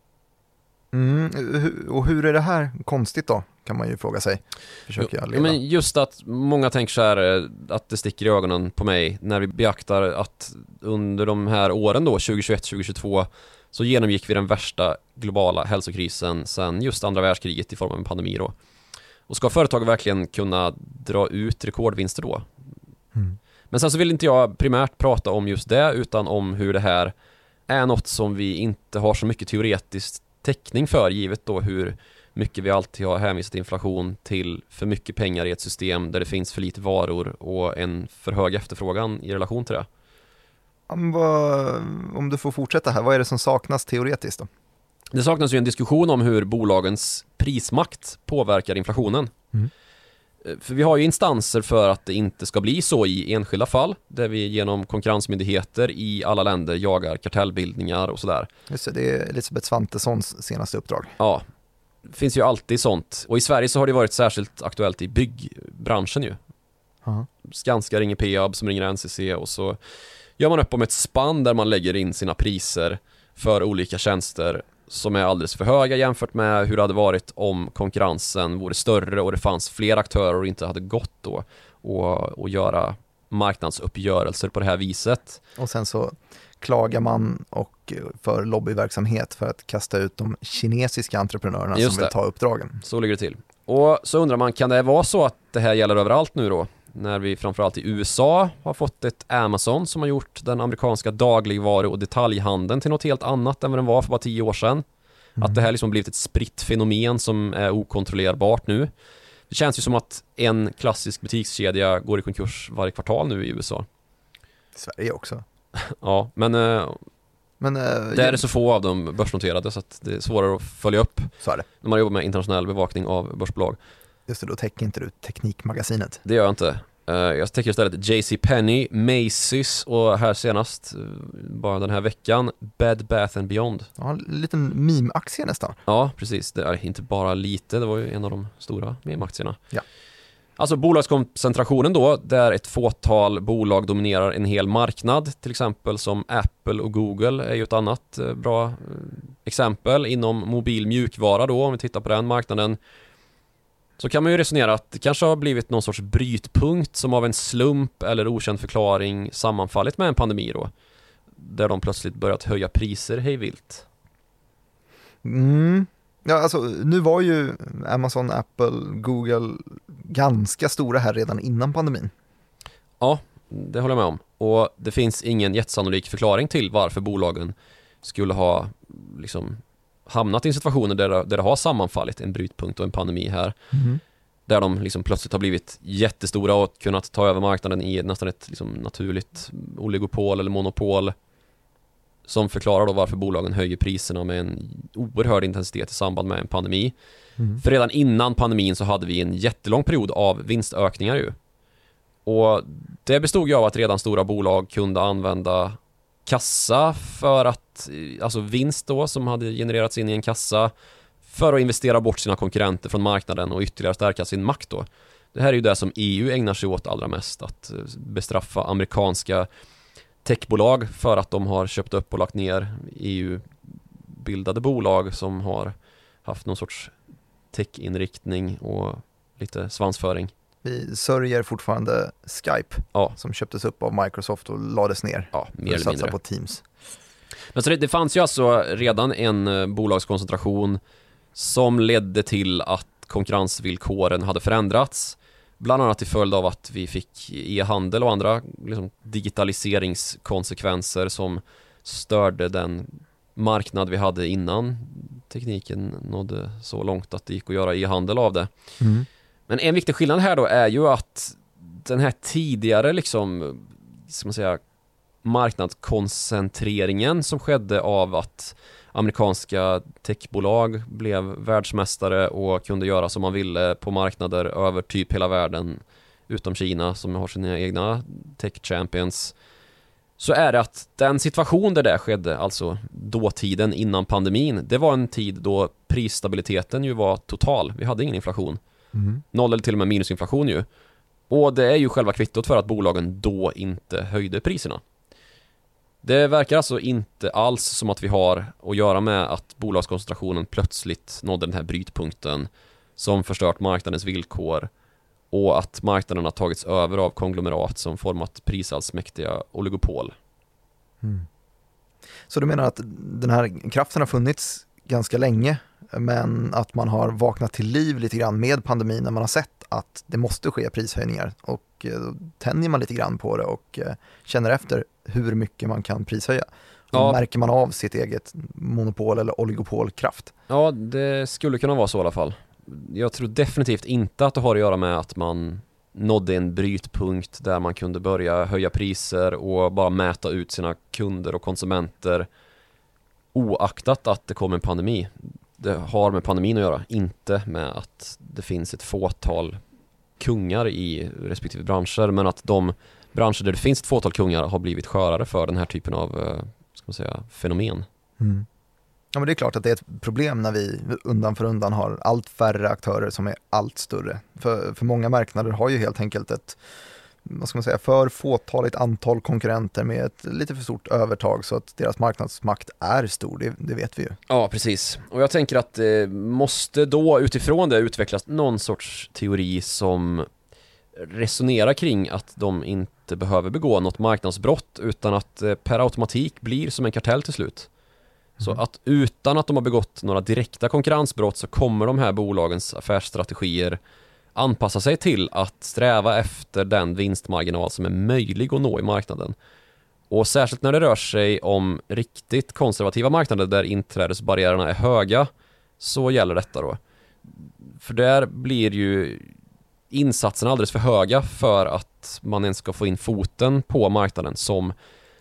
Mm. Och hur är det här konstigt då? Kan man ju fråga sig. Försöker jag leda. Men just att många tänker så här att det sticker i ögonen på mig när vi beaktar att under de här åren då tjugohundratjugoett tjugohundratjugotvå så genomgick vi den värsta globala hälsokrisen sedan just andra världskriget i form av en pandemi då. Och ska företag verkligen kunna dra ut rekordvinster då? Mm. Men sen så vill inte jag primärt prata om just det utan om hur det här är något som vi inte har så mycket teoretisk täckning för givet då hur mycket vi alltid har hänvisat inflation till för mycket pengar i ett system där det finns för lite varor och en för hög efterfrågan i relation till det. Om, vad, om du får fortsätta här, vad är det som saknas teoretiskt då? Det saknas ju en diskussion om hur bolagens prismakt påverkar inflationen. Mm. För vi har ju instanser för att det inte ska bli så i enskilda fall där vi genom konkurrensmyndigheter i alla länder jagar kartellbildningar och sådär. Just det, det är Elisabeth Svantessons senaste uppdrag. Ja, det finns ju alltid sånt. Och i Sverige så har det varit särskilt aktuellt i byggbranschen ju. Uh-huh. Skanska ringer P A B som ringer N C C och så gör man upp om ett spann där man lägger in sina priser för olika tjänster som är alldeles för höga jämfört med hur det hade varit om konkurrensen vore större och det fanns fler aktörer och inte hade gått då och, och göra marknadsuppgörelser på det här viset. Och sen så klagar man och för lobbyverksamhet för att kasta ut de kinesiska entreprenörerna Just som vill det. ta uppdragen. Så ligger det till. Och så undrar man, kan det vara så att det här gäller överallt nu då? När vi framförallt i U S A har fått ett Amazon som har gjort den amerikanska dagligvaru- och detaljhandeln till något helt annat än vad den var för bara tio år sedan. Mm. Att det här liksom blivit ett spritt fenomen som är okontrollerbart nu. Det känns ju som att en klassisk butikskedja går i konkurs varje kvartal nu i U S A. Sverige också. Ja, men, eh, men eh, där är det så få av dem börsnoterade så att det är svårare att följa upp. Så är det. När man jobbar med internationell bevakning av börsbolag. Just det, då täcker inte du Teknikmagasinet. Det gör jag inte. Uh, jag täcker istället J C Penney, Macy's och här senast, uh, bara den här veckan, Bed Bath and Beyond. Ja, en liten meme-aktie nästan. Ja, precis. Det är inte bara lite, det var ju en av de stora meme-aktierna. Ja. Alltså bolagskoncentrationen då, där ett fåtal bolag dominerar en hel marknad, till exempel som Apple och Google är ju ett annat uh, bra uh, exempel inom mobil mjukvara då, om vi tittar på den marknaden. Så kan man ju resonera att det kanske har blivit någon sorts brytpunkt som av en slump eller okänd förklaring sammanfallit med en pandemi då. Där de plötsligt börjat höja priser hejvilt. Mm. Ja, alltså nu var ju Amazon, Apple, Google ganska stora här redan innan pandemin. Ja, det håller jag med om. Och det finns ingen jättesannolik förklaring till varför bolagen skulle ha liksom hamnat i situationer där, där det har sammanfallit en brytpunkt och en pandemi här. Mm. Där de liksom plötsligt har blivit jättestora och kunnat ta över marknaden i nästan ett liksom naturligt oligopol eller monopol. Som förklarar då varför bolagen höjer priserna med en oerhörd intensitet i samband med en pandemi. Mm. För redan innan pandemin så hade vi en jättelång period av vinstökningar ju. Och det bestod ju av att redan stora bolag kunde använda kassa för att, alltså vinst då som hade genererats in i en kassa för att investera bort sina konkurrenter från marknaden och ytterligare stärka sin makt då. Det här är ju det som E U ägnar sig åt allra mest, att bestraffa amerikanska techbolag för att de har köpt upp och lagt ner E U-bildade bolag som har haft någon sorts tech-inriktning och lite svansföring. Vi sörjer fortfarande Skype ja. som köptes upp av Microsoft och lades ner ja, mer för att eller mindre. satsa på Teams. Men så det, det fanns ju alltså redan en uh, bolagskoncentration som ledde till att konkurrensvillkoren hade förändrats. Bland annat till följd av att vi fick e-handel och andra liksom, digitaliseringskonsekvenser som störde den marknad vi hade innan tekniken nådde så långt att det gick att göra e-handel av det. Mm. Men en viktig skillnad här då är ju att den här tidigare liksom, ska man säga, marknadskoncentreringen som skedde av att amerikanska techbolag blev världsmästare och kunde göra som man ville på marknader över typ hela världen utom Kina som har sina egna tech champions, så är det att den situation där det skedde, alltså dåtiden innan pandemin, det var en tid då prisstabiliteten ju var total. Vi hade ingen inflation. Mm. Noll eller till och med minusinflation ju. Och det är ju själva kvittot för att bolagen då inte höjde priserna. Det verkar alltså inte alls som att vi har att göra med att bolagskoncentrationen plötsligt nådde den här brytpunkten som förstört marknadens villkor och att marknaden har tagits över av konglomerat som format prisallsmäktiga oligopol. Mm. Så du menar att den här kraften har funnits ganska länge, men att man har vaknat till liv lite grann med pandemin när man har sett att det måste ske prishöjningar, och då tänjer man lite grann på det och känner efter hur mycket man kan prishöja. Och ja. Märker man av sitt eget monopol eller oligopolkraft. Ja, det skulle kunna vara så i alla fall. Jag tror definitivt inte att det har att göra med att man nådde en brytpunkt där man kunde börja höja priser och bara mäta ut sina kunder och konsumenter oaktat att det kom en pandemi. Det har med pandemin att göra, inte med att det finns ett fåtal kungar i respektive branscher, men att de branscher där det finns ett fåtal kungar har blivit skörare för den här typen av, ska man säga, fenomen. Mm. Ja, men det är klart att det är ett problem när vi undan för undan har allt färre aktörer som är allt större. För, för många marknader har ju helt enkelt ett, vad ska man säga, för fåtaligt antal konkurrenter med ett lite för stort övertag så att deras marknadsmakt är stor, det, det vet vi ju. Ja, precis. Och jag tänker att det måste då utifrån det utvecklas någon sorts teori som resonera kring att de inte behöver begå något marknadsbrott utan att per automatik blir som en kartell till slut. Så att utan att de har begått några direkta konkurrensbrott så kommer de här bolagens affärsstrategier anpassa sig till att sträva efter den vinstmarginal som är möjlig att nå i marknaden. Och särskilt när det rör sig om riktigt konservativa marknader där inträdesbarriärerna är höga så gäller detta då. För där blir ju insatserna alldeles för höga för att man ens ska få in foten på marknaden som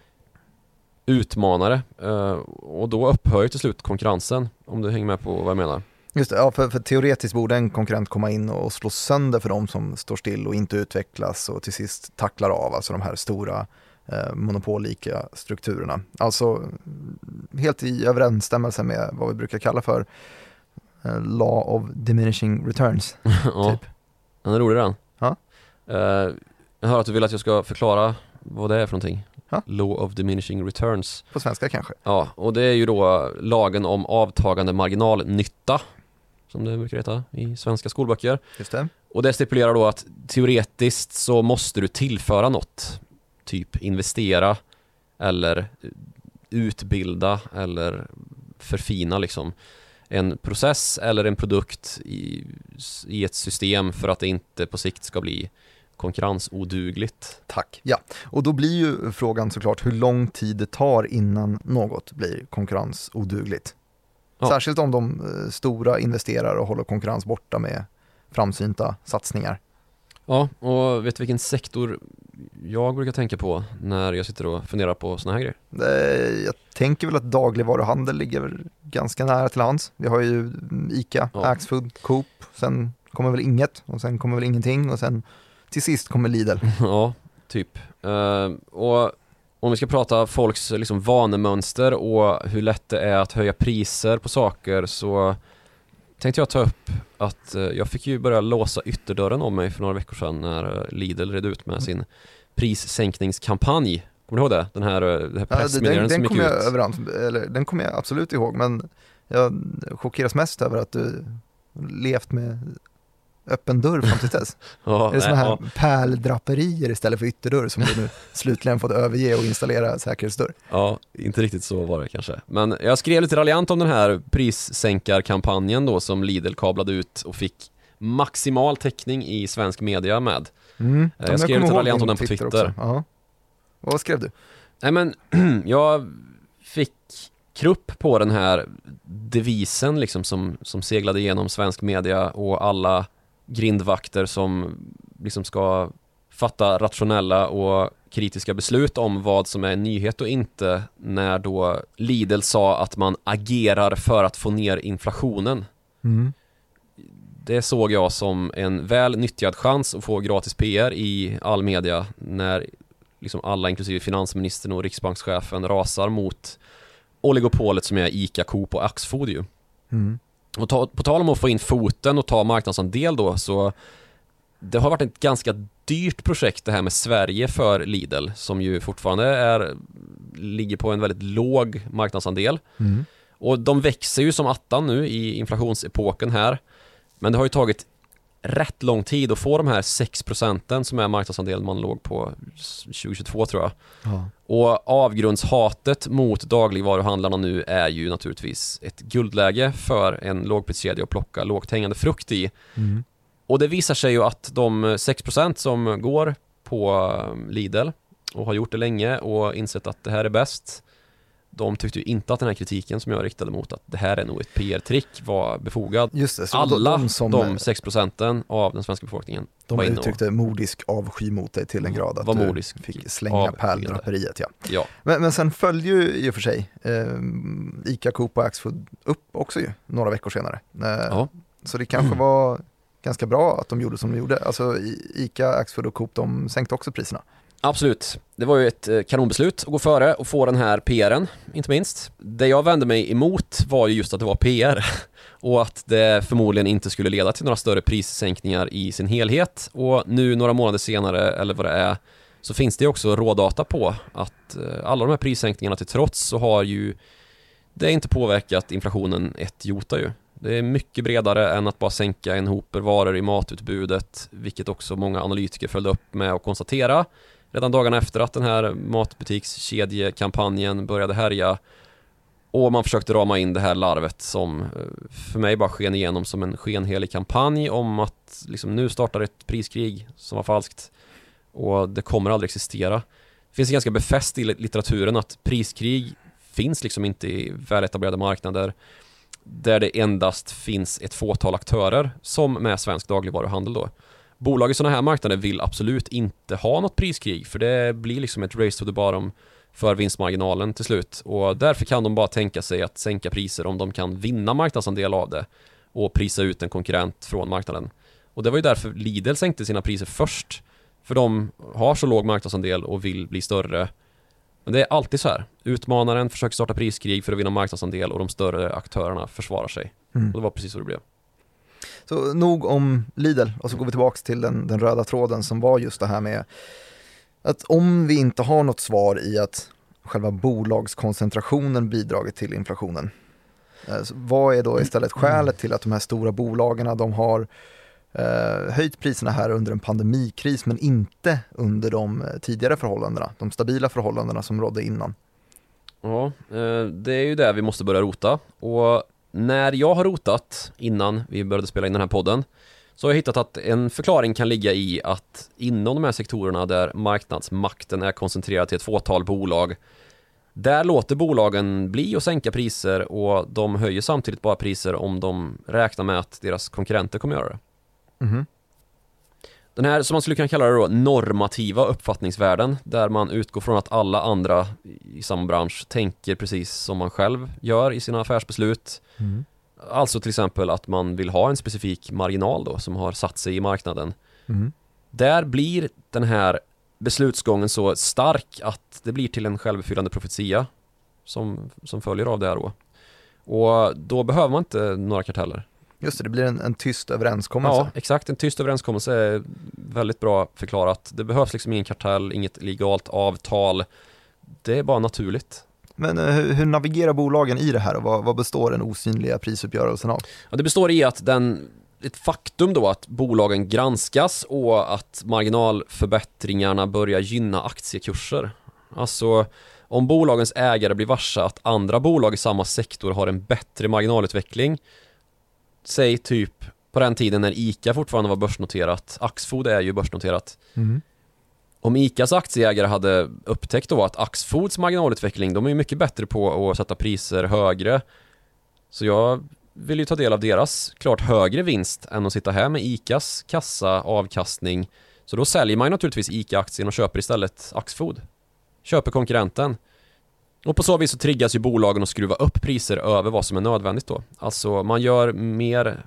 utmanare. Och då upphör ju till slut konkurrensen, om du hänger med på vad jag menar. Just det, ja, för, för teoretiskt borde en konkurrent komma in och slå sönder för de som står still och inte utvecklas och till sist tacklar av, alltså de här stora eh, monopollika strukturerna. Alltså helt i överensstämmelse med vad vi brukar kalla för eh, law of diminishing returns. Ja, typ. Den är rolig den. Ja. Uh, jag hör att du vill att jag ska förklara vad det är för någonting. Ja. Law of diminishing returns. På svenska kanske. Ja, och det är ju då lagen om avtagande marginalnytta, som det brukar heta i svenska skolböcker. Just det. Och det stipulerar då att teoretiskt så måste du tillföra något. Typ investera eller utbilda eller förfina liksom en process eller en produkt i, i ett system för att det inte på sikt ska bli konkurrensodugligt. Tack. Ja, och då blir ju frågan såklart hur lång tid det tar innan något blir konkurrensodugligt. Ja. Särskilt om de eh, stora investerar och håller konkurrens borta med framsynta satsningar. Ja, och vet du vilken sektor jag brukar tänka på när jag sitter och funderar på såna här grejer? Eh, jag tänker väl att dagligvaruhandel ligger ganska nära till hands. Vi har ju ICA, Ja. Axfood, Coop, sen kommer väl inget och sen kommer väl ingenting och sen till sist kommer Lidl. Ja, typ. Uh, och om vi ska prata folks liksom vanemönster och hur lätt det är att höja priser på saker så tänkte jag ta upp att uh, jag fick ju börja låsa ytterdörren om mig för några veckor sedan när Lidl red ut med sin prissänkningskampanj. Kommer du ihåg det? Den här, det här pressmeddelandet som den, den gick kommer ut. jag överallt, eller den kommer jag absolut ihåg, men jag chockeras mest över att du levt med öppen dörr fram till dess. Ja, är det såna nej, här ja. pärldraperier istället för ytterdörr som du nu slutligen fått överge och installera säkerhetsdörr? Ja, inte riktigt så var det kanske. Men jag skrev lite raljant om den här prissänkarkampanjen då som Lidl kablade ut och fick maximal täckning i svensk media med. Mm. Jag, jag skrev lite raljant om den på Twitter. Twitter. Ja. Vad skrev du? Nej men, jag fick krupp på den här devisen liksom som, som seglade igenom svensk media och alla grindvakter som liksom ska fatta rationella och kritiska beslut om vad som är nyhet och inte när då Lidl sa att man agerar för att få ner inflationen. Mm. Det såg jag som en väl nyttjad chans att få gratis P R i all media när liksom alla inklusive finansministern och riksbankschefen rasar mot oligopolet som är ICA, Coop och Axfood ju. Mm. Och ta, på tal om att få in foten och ta marknadsandel då så det har varit ett ganska dyrt projekt det här med Sverige för Lidl som ju fortfarande är ligger på en väldigt låg marknadsandel. Mm. Och de växer ju som attan nu i inflationsepoken här. Men det har ju tagit rätt lång tid att få de här sex procenten som är marknadsandelen man låg på tjugohundratjugotvå tror jag. Ja. Och avgrundshatet mot dagligvaruhandlarna nu är ju naturligtvis ett guldläge för en lågpriskedja att plocka lågt hängande frukt i. Mm. Och det visar sig ju att de sex procent som går på Lidl och har gjort det länge och insett att det här är bäst, de tyckte ju inte att den här kritiken som jag riktade mot att det här är nog ett P R-trick var befogad. Just det, så alla de, som, de sex procenten av den svenska befolkningen de var inne och uttryckte modisk avsky mot dig till en grad att var du modisk fick slänga avskyende. pärldraperiet. Ja. Ja. Men, men sen följde ju i och för sig eh, ICA, Coop och Axfood upp också ju några veckor senare. Eh, Ja. Så det kanske mm. var ganska bra att de gjorde som de gjorde. Alltså ICA, Axfood och Coop, de sänkte också priserna. Absolut. Det var ju ett eh, kanonbeslut att gå före och få den här P R:en, inte minst. Det jag vände mig emot var ju just att det var P R och att det förmodligen inte skulle leda till några större prissänkningar i sin helhet. Och nu några månader senare, eller vad det är, så finns det också rådata på att eh, alla de här prissänkningarna till trots så har ju det inte påverkat inflationen ett jota ju. Det är mycket bredare än att bara sänka en hoper varor i matutbudet, vilket också många analytiker följde upp med att konstatera redan dagarna efter att den här matbutikskedjekampanjen började härja. Och man försökte rama in det här larvet som för mig bara sken igenom som en skenhelig kampanj om att liksom, nu startar ett priskrig som var falskt och det kommer aldrig existera. Det finns ganska befäst i litteraturen att priskrig finns liksom inte i väletablerade marknader där det endast finns ett fåtal aktörer som med svensk dagligvaruhandel då. Bolag i sådana här marknader vill absolut inte ha något priskrig för det blir liksom ett race to the bottom för vinstmarginalen till slut och därför kan de bara tänka sig att sänka priser om de kan vinna marknadsandel av det och prisa ut en konkurrent från marknaden. Och det var ju därför Lidl sänkte sina priser först för de har så låg marknadsandel och vill bli större. Men det är alltid så här. Utmanaren försöker starta priskrig för att vinna marknadsandel och de större aktörerna försvarar sig. Mm. Och det var precis så det blev. Så nog om Lidl och så går vi tillbaka till den, den röda tråden som var just det här med att om vi inte har något svar i att själva bolagskoncentrationen bidragit till inflationen. Så vad är då istället skälet till att de här stora bolagen de har eh, höjt priserna här under en pandemikris men inte under de tidigare förhållandena, de stabila förhållandena som rådde innan? Ja, det är ju där vi måste börja rota och när jag har rotat innan vi började spela in den här podden så har jag hittat att en förklaring kan ligga i att inom de här sektorerna där marknadsmakten är koncentrerad till ett fåtal bolag, där låter bolagen bli att sänka priser och de höjer samtidigt bara priser om de räknar med att deras konkurrenter kommer göra det. Mm-hmm. Den här som man skulle kunna kalla det då, normativa uppfattningsvärden där man utgår från att alla andra i samma bransch tänker precis som man själv gör i sina affärsbeslut. Mm. Alltså till exempel att man vill ha en specifik marginal då som har satt sig i marknaden. Mm. Där blir den här beslutsgången så stark att det blir till en självuppfyllande profetia som, som följer av det här då. Och då behöver man inte några karteller. Just det, det blir en, en tyst överenskommelse. Ja, exakt. En tyst överenskommelse är väldigt bra förklarat. Det behövs liksom ingen kartell, inget legalt avtal. Det är bara naturligt. Men hur, hur navigerar bolagen i det här och vad, vad består den osynliga prisuppgörelsen av? Ja, det består i att den, ett faktum då att bolagen granskas och att marginalförbättringarna börjar gynna aktiekurser. Alltså om bolagens ägare blir varse att andra bolag i samma sektor har en bättre marginalutveckling, säg typ på den tiden när ICA fortfarande var börsnoterat, Axfood är ju börsnoterat. Mm. Om ICAs aktieägare hade upptäckt då att Axfoods marginalutveckling, de är ju mycket bättre på att sätta priser högre. Så jag vill ju ta del av deras klart högre vinst än att sitta här med ICAs kassa avkastning. Så då säljer man ju naturligtvis ICA-aktien och köper istället Axfood. Köper konkurrenten. Och på så vis så triggas ju bolagen att skruva upp priser över vad som är nödvändigt då. Alltså man gör mer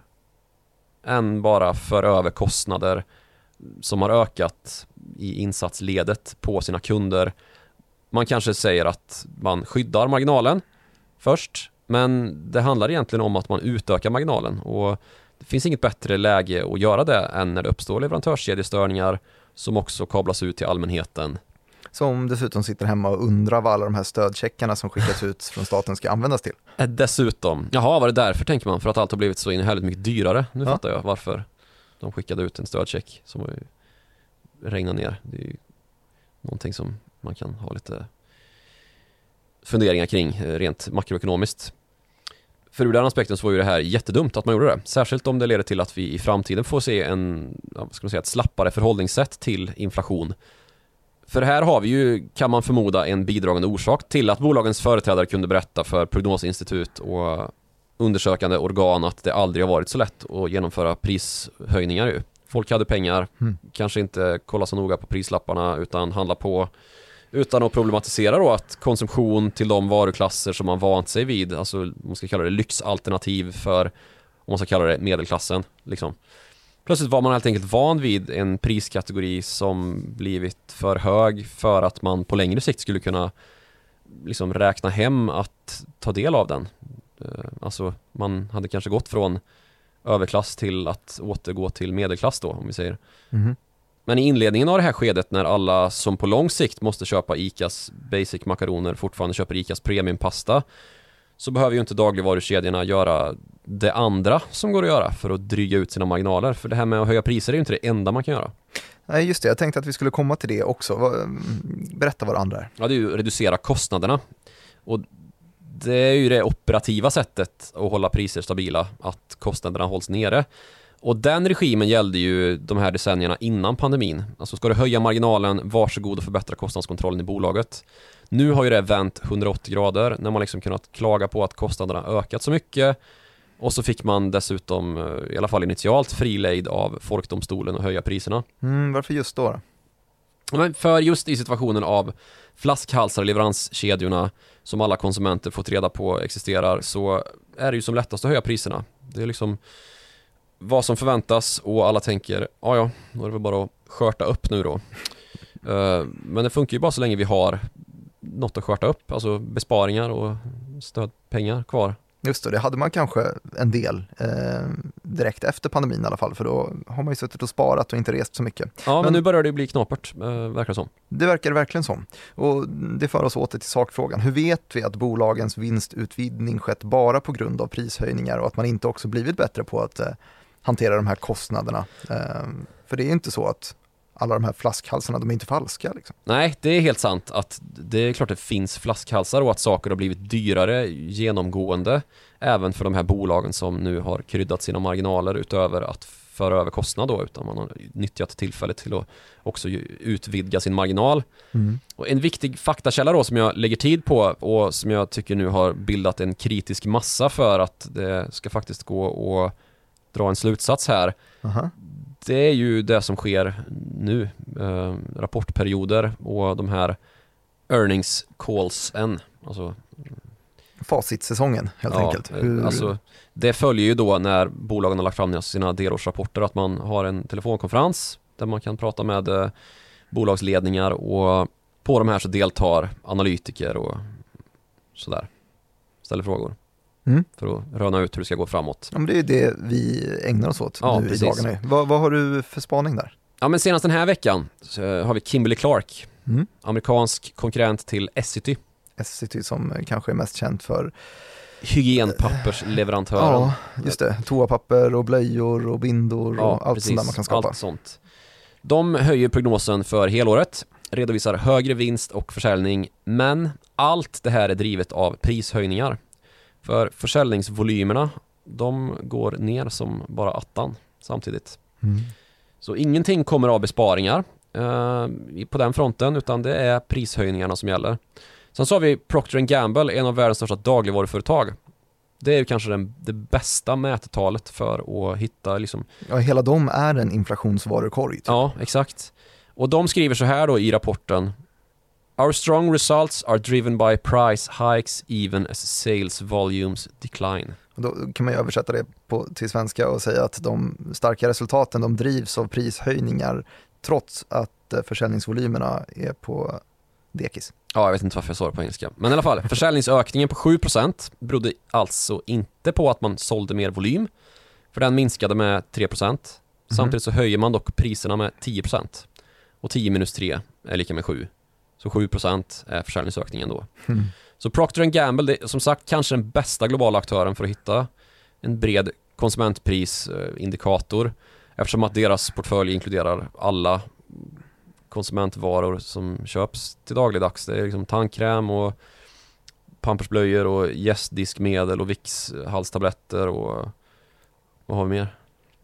än bara för över kostnader som har ökat i insatsledet på sina kunder. Man kanske säger att man skyddar marginalen först, men det handlar egentligen om att man utökar marginalen och det finns inget bättre läge att göra det än när det uppstår leverantörskedjestörningar som också kablas ut till allmänheten. Som dessutom sitter hemma och undrar vad alla de här stödcheckarna som skickas ut från staten ska användas till. Dessutom. Jaha, var det därför tänker man? För att allt har blivit så inhärligt mycket dyrare. Nu ja. Fattar jag varför de skickade ut en stödcheck som regnar ner. Det är ju någonting som man kan ha lite funderingar kring rent makroekonomiskt. För ur den aspekten så var ju det här jättedumt att man gjorde det. Särskilt om det leder till att vi i framtiden får se en, vad ska man säga, ett slappare förhållningssätt till inflation. För här har vi ju, kan man förmoda, en bidragande orsak till att bolagens företrädare kunde berätta för prognosinstitut och undersökande organ att det aldrig har varit så lätt att genomföra prishöjningar ju. Folk hade pengar, mm. kanske inte kolla så noga på prislapparna utan handla på utan att problematisera då att konsumtion till de varuklasser som man vant sig vid, alltså man ska kalla det lyxalternativ för, om man ska kalla det medelklassen liksom. Plötsligt var man helt enkelt van vid en priskategori som blivit för hög för att man på längre sikt skulle kunna liksom räkna hem att ta del av den. Alltså man hade kanske gått från överklass till att återgå till medelklass då, om vi säger. Mm. Men i inledningen av det här skedet när alla som på lång sikt måste köpa ICAs basic makaroner fortfarande köper ICAs premiumpasta, så behöver ju inte dagligvarukedjorna göra det andra som går att göra för att dryga ut sina marginaler. För det här med att höja priser är ju inte det enda man kan göra. Nej, just det. Jag tänkte att vi skulle komma till det också. Berätta vad det andra är. Ja, det är ju att reducera kostnaderna. Och det är ju det operativa sättet att hålla priser stabila, att kostnaderna hålls nere. Och den regimen gällde ju de här decennierna innan pandemin. Alltså ska du höja marginalen, varsågod och förbättra kostnadskontrollen i bolaget. Nu har ju det vänt hundraåttio grader när man liksom kunnat klaga på att kostnaderna ökat så mycket. Och så fick man dessutom, i alla fall initialt, frilejd av Folkdomstolen att höja priserna. Mm, varför just då? då? Men för just i situationen av flaskhalsar i leveranskedjorna som alla konsumenter fått reda på existerar, så är det ju som lättast att höja priserna. Det är liksom vad som förväntas och alla tänker, ja ja, då är det väl bara att skörta upp nu då. Uh, men det funkar ju bara så länge vi har något att skörta upp, alltså besparingar och stödpengar kvar. Just det, det hade man kanske en del eh, direkt efter pandemin i alla fall, för då har man ju suttit och sparat och inte rest så mycket. Ja, men, men nu börjar det bli knapert, eh, verkar det som. Det verkar verkligen som. Och det för oss åter till sakfrågan. Hur vet vi att bolagens vinstutvidgning skett bara på grund av prishöjningar och att man inte också blivit bättre på att eh, hantera de här kostnaderna? Eh, för det är inte så att alla de här flaskhalsarna, de är inte falska liksom. Nej, det är helt sant att det är klart att det finns flaskhalsar och att saker har blivit dyrare genomgående även för de här bolagen som nu har kryddat sina marginaler utöver att föra över kostnad då, utan man har nyttjat tillfället till att också utvidga sin marginal. Mm. Och en viktig faktakälla då som jag lägger tid på och som jag tycker nu har bildat en kritisk massa för att det ska faktiskt gå att dra en slutsats här. Uh-huh. Det är ju det som sker nu, eh, rapportperioder och de här earnings callsen, alltså facitsäsongen helt ja, enkelt. Hur... Alltså, det följer ju då när bolagen har lagt fram sina delårsrapporter att man har en telefonkonferens där man kan prata med eh, bolagsledningar och på de här så deltar analytiker och sådär, ställer frågor. Mm. För att röna ut hur det ska gå framåt. Ja, men det är det vi ägnar oss åt ja, nu precis. I dagarna. Vad, vad har du för spaning där? Ja, men senast den här veckan så har vi Kimberly-Clark, mm. amerikansk konkurrent till Essity. Essity som kanske är mest känt för hygienpappersleverantören. Ja, just det. Toapapper och blöjor och bindor och ja, allt precis. Sånt där man kan skapa. Allt sånt. De höjer prognosen för helåret, redovisar högre vinst och försäljning, men allt det här är drivet av prishöjningar. För försäljningsvolymerna, de går ner som bara attan samtidigt. Mm. Så ingenting kommer av besparingar eh, på den fronten, utan det är prishöjningarna som gäller. Sen så har vi Procter and Gamble, en av världens största dagligvaruföretag. Det är ju kanske den, det bästa mätetalet för att hitta liksom... Ja, hela de är en inflationsvarukorg. Typ. Ja, exakt. Och de skriver så här då i rapporten: Our strong results are driven by price hikes even as sales volumes decline. Och då kan man ju översätta det på, till svenska och säga att de starka resultaten de drivs av prishöjningar trots att försäljningsvolymerna är på dekis. Ja, jag vet inte varför jag sa det på engelska. Men i alla fall, försäljningsökningen på sju procent berodde alltså inte på att man sålde mer volym, för den minskade med tre procent. Mm-hmm. Samtidigt så höjer man dock priserna med tio procent. Och tio minus tre är lika med sju. Så sju procent är försäljningsökningen då. Mm. Så Procter and Gamble, det är som sagt kanske den bästa globala aktören för att hitta en bred konsumentprisindikator, eftersom att deras portfölj inkluderar alla konsumentvaror som köps till dagligdags. Det är liksom tandkräm och pampersblöjor och gästdiskmedel och Vicks halstabletter och vad har vi mer?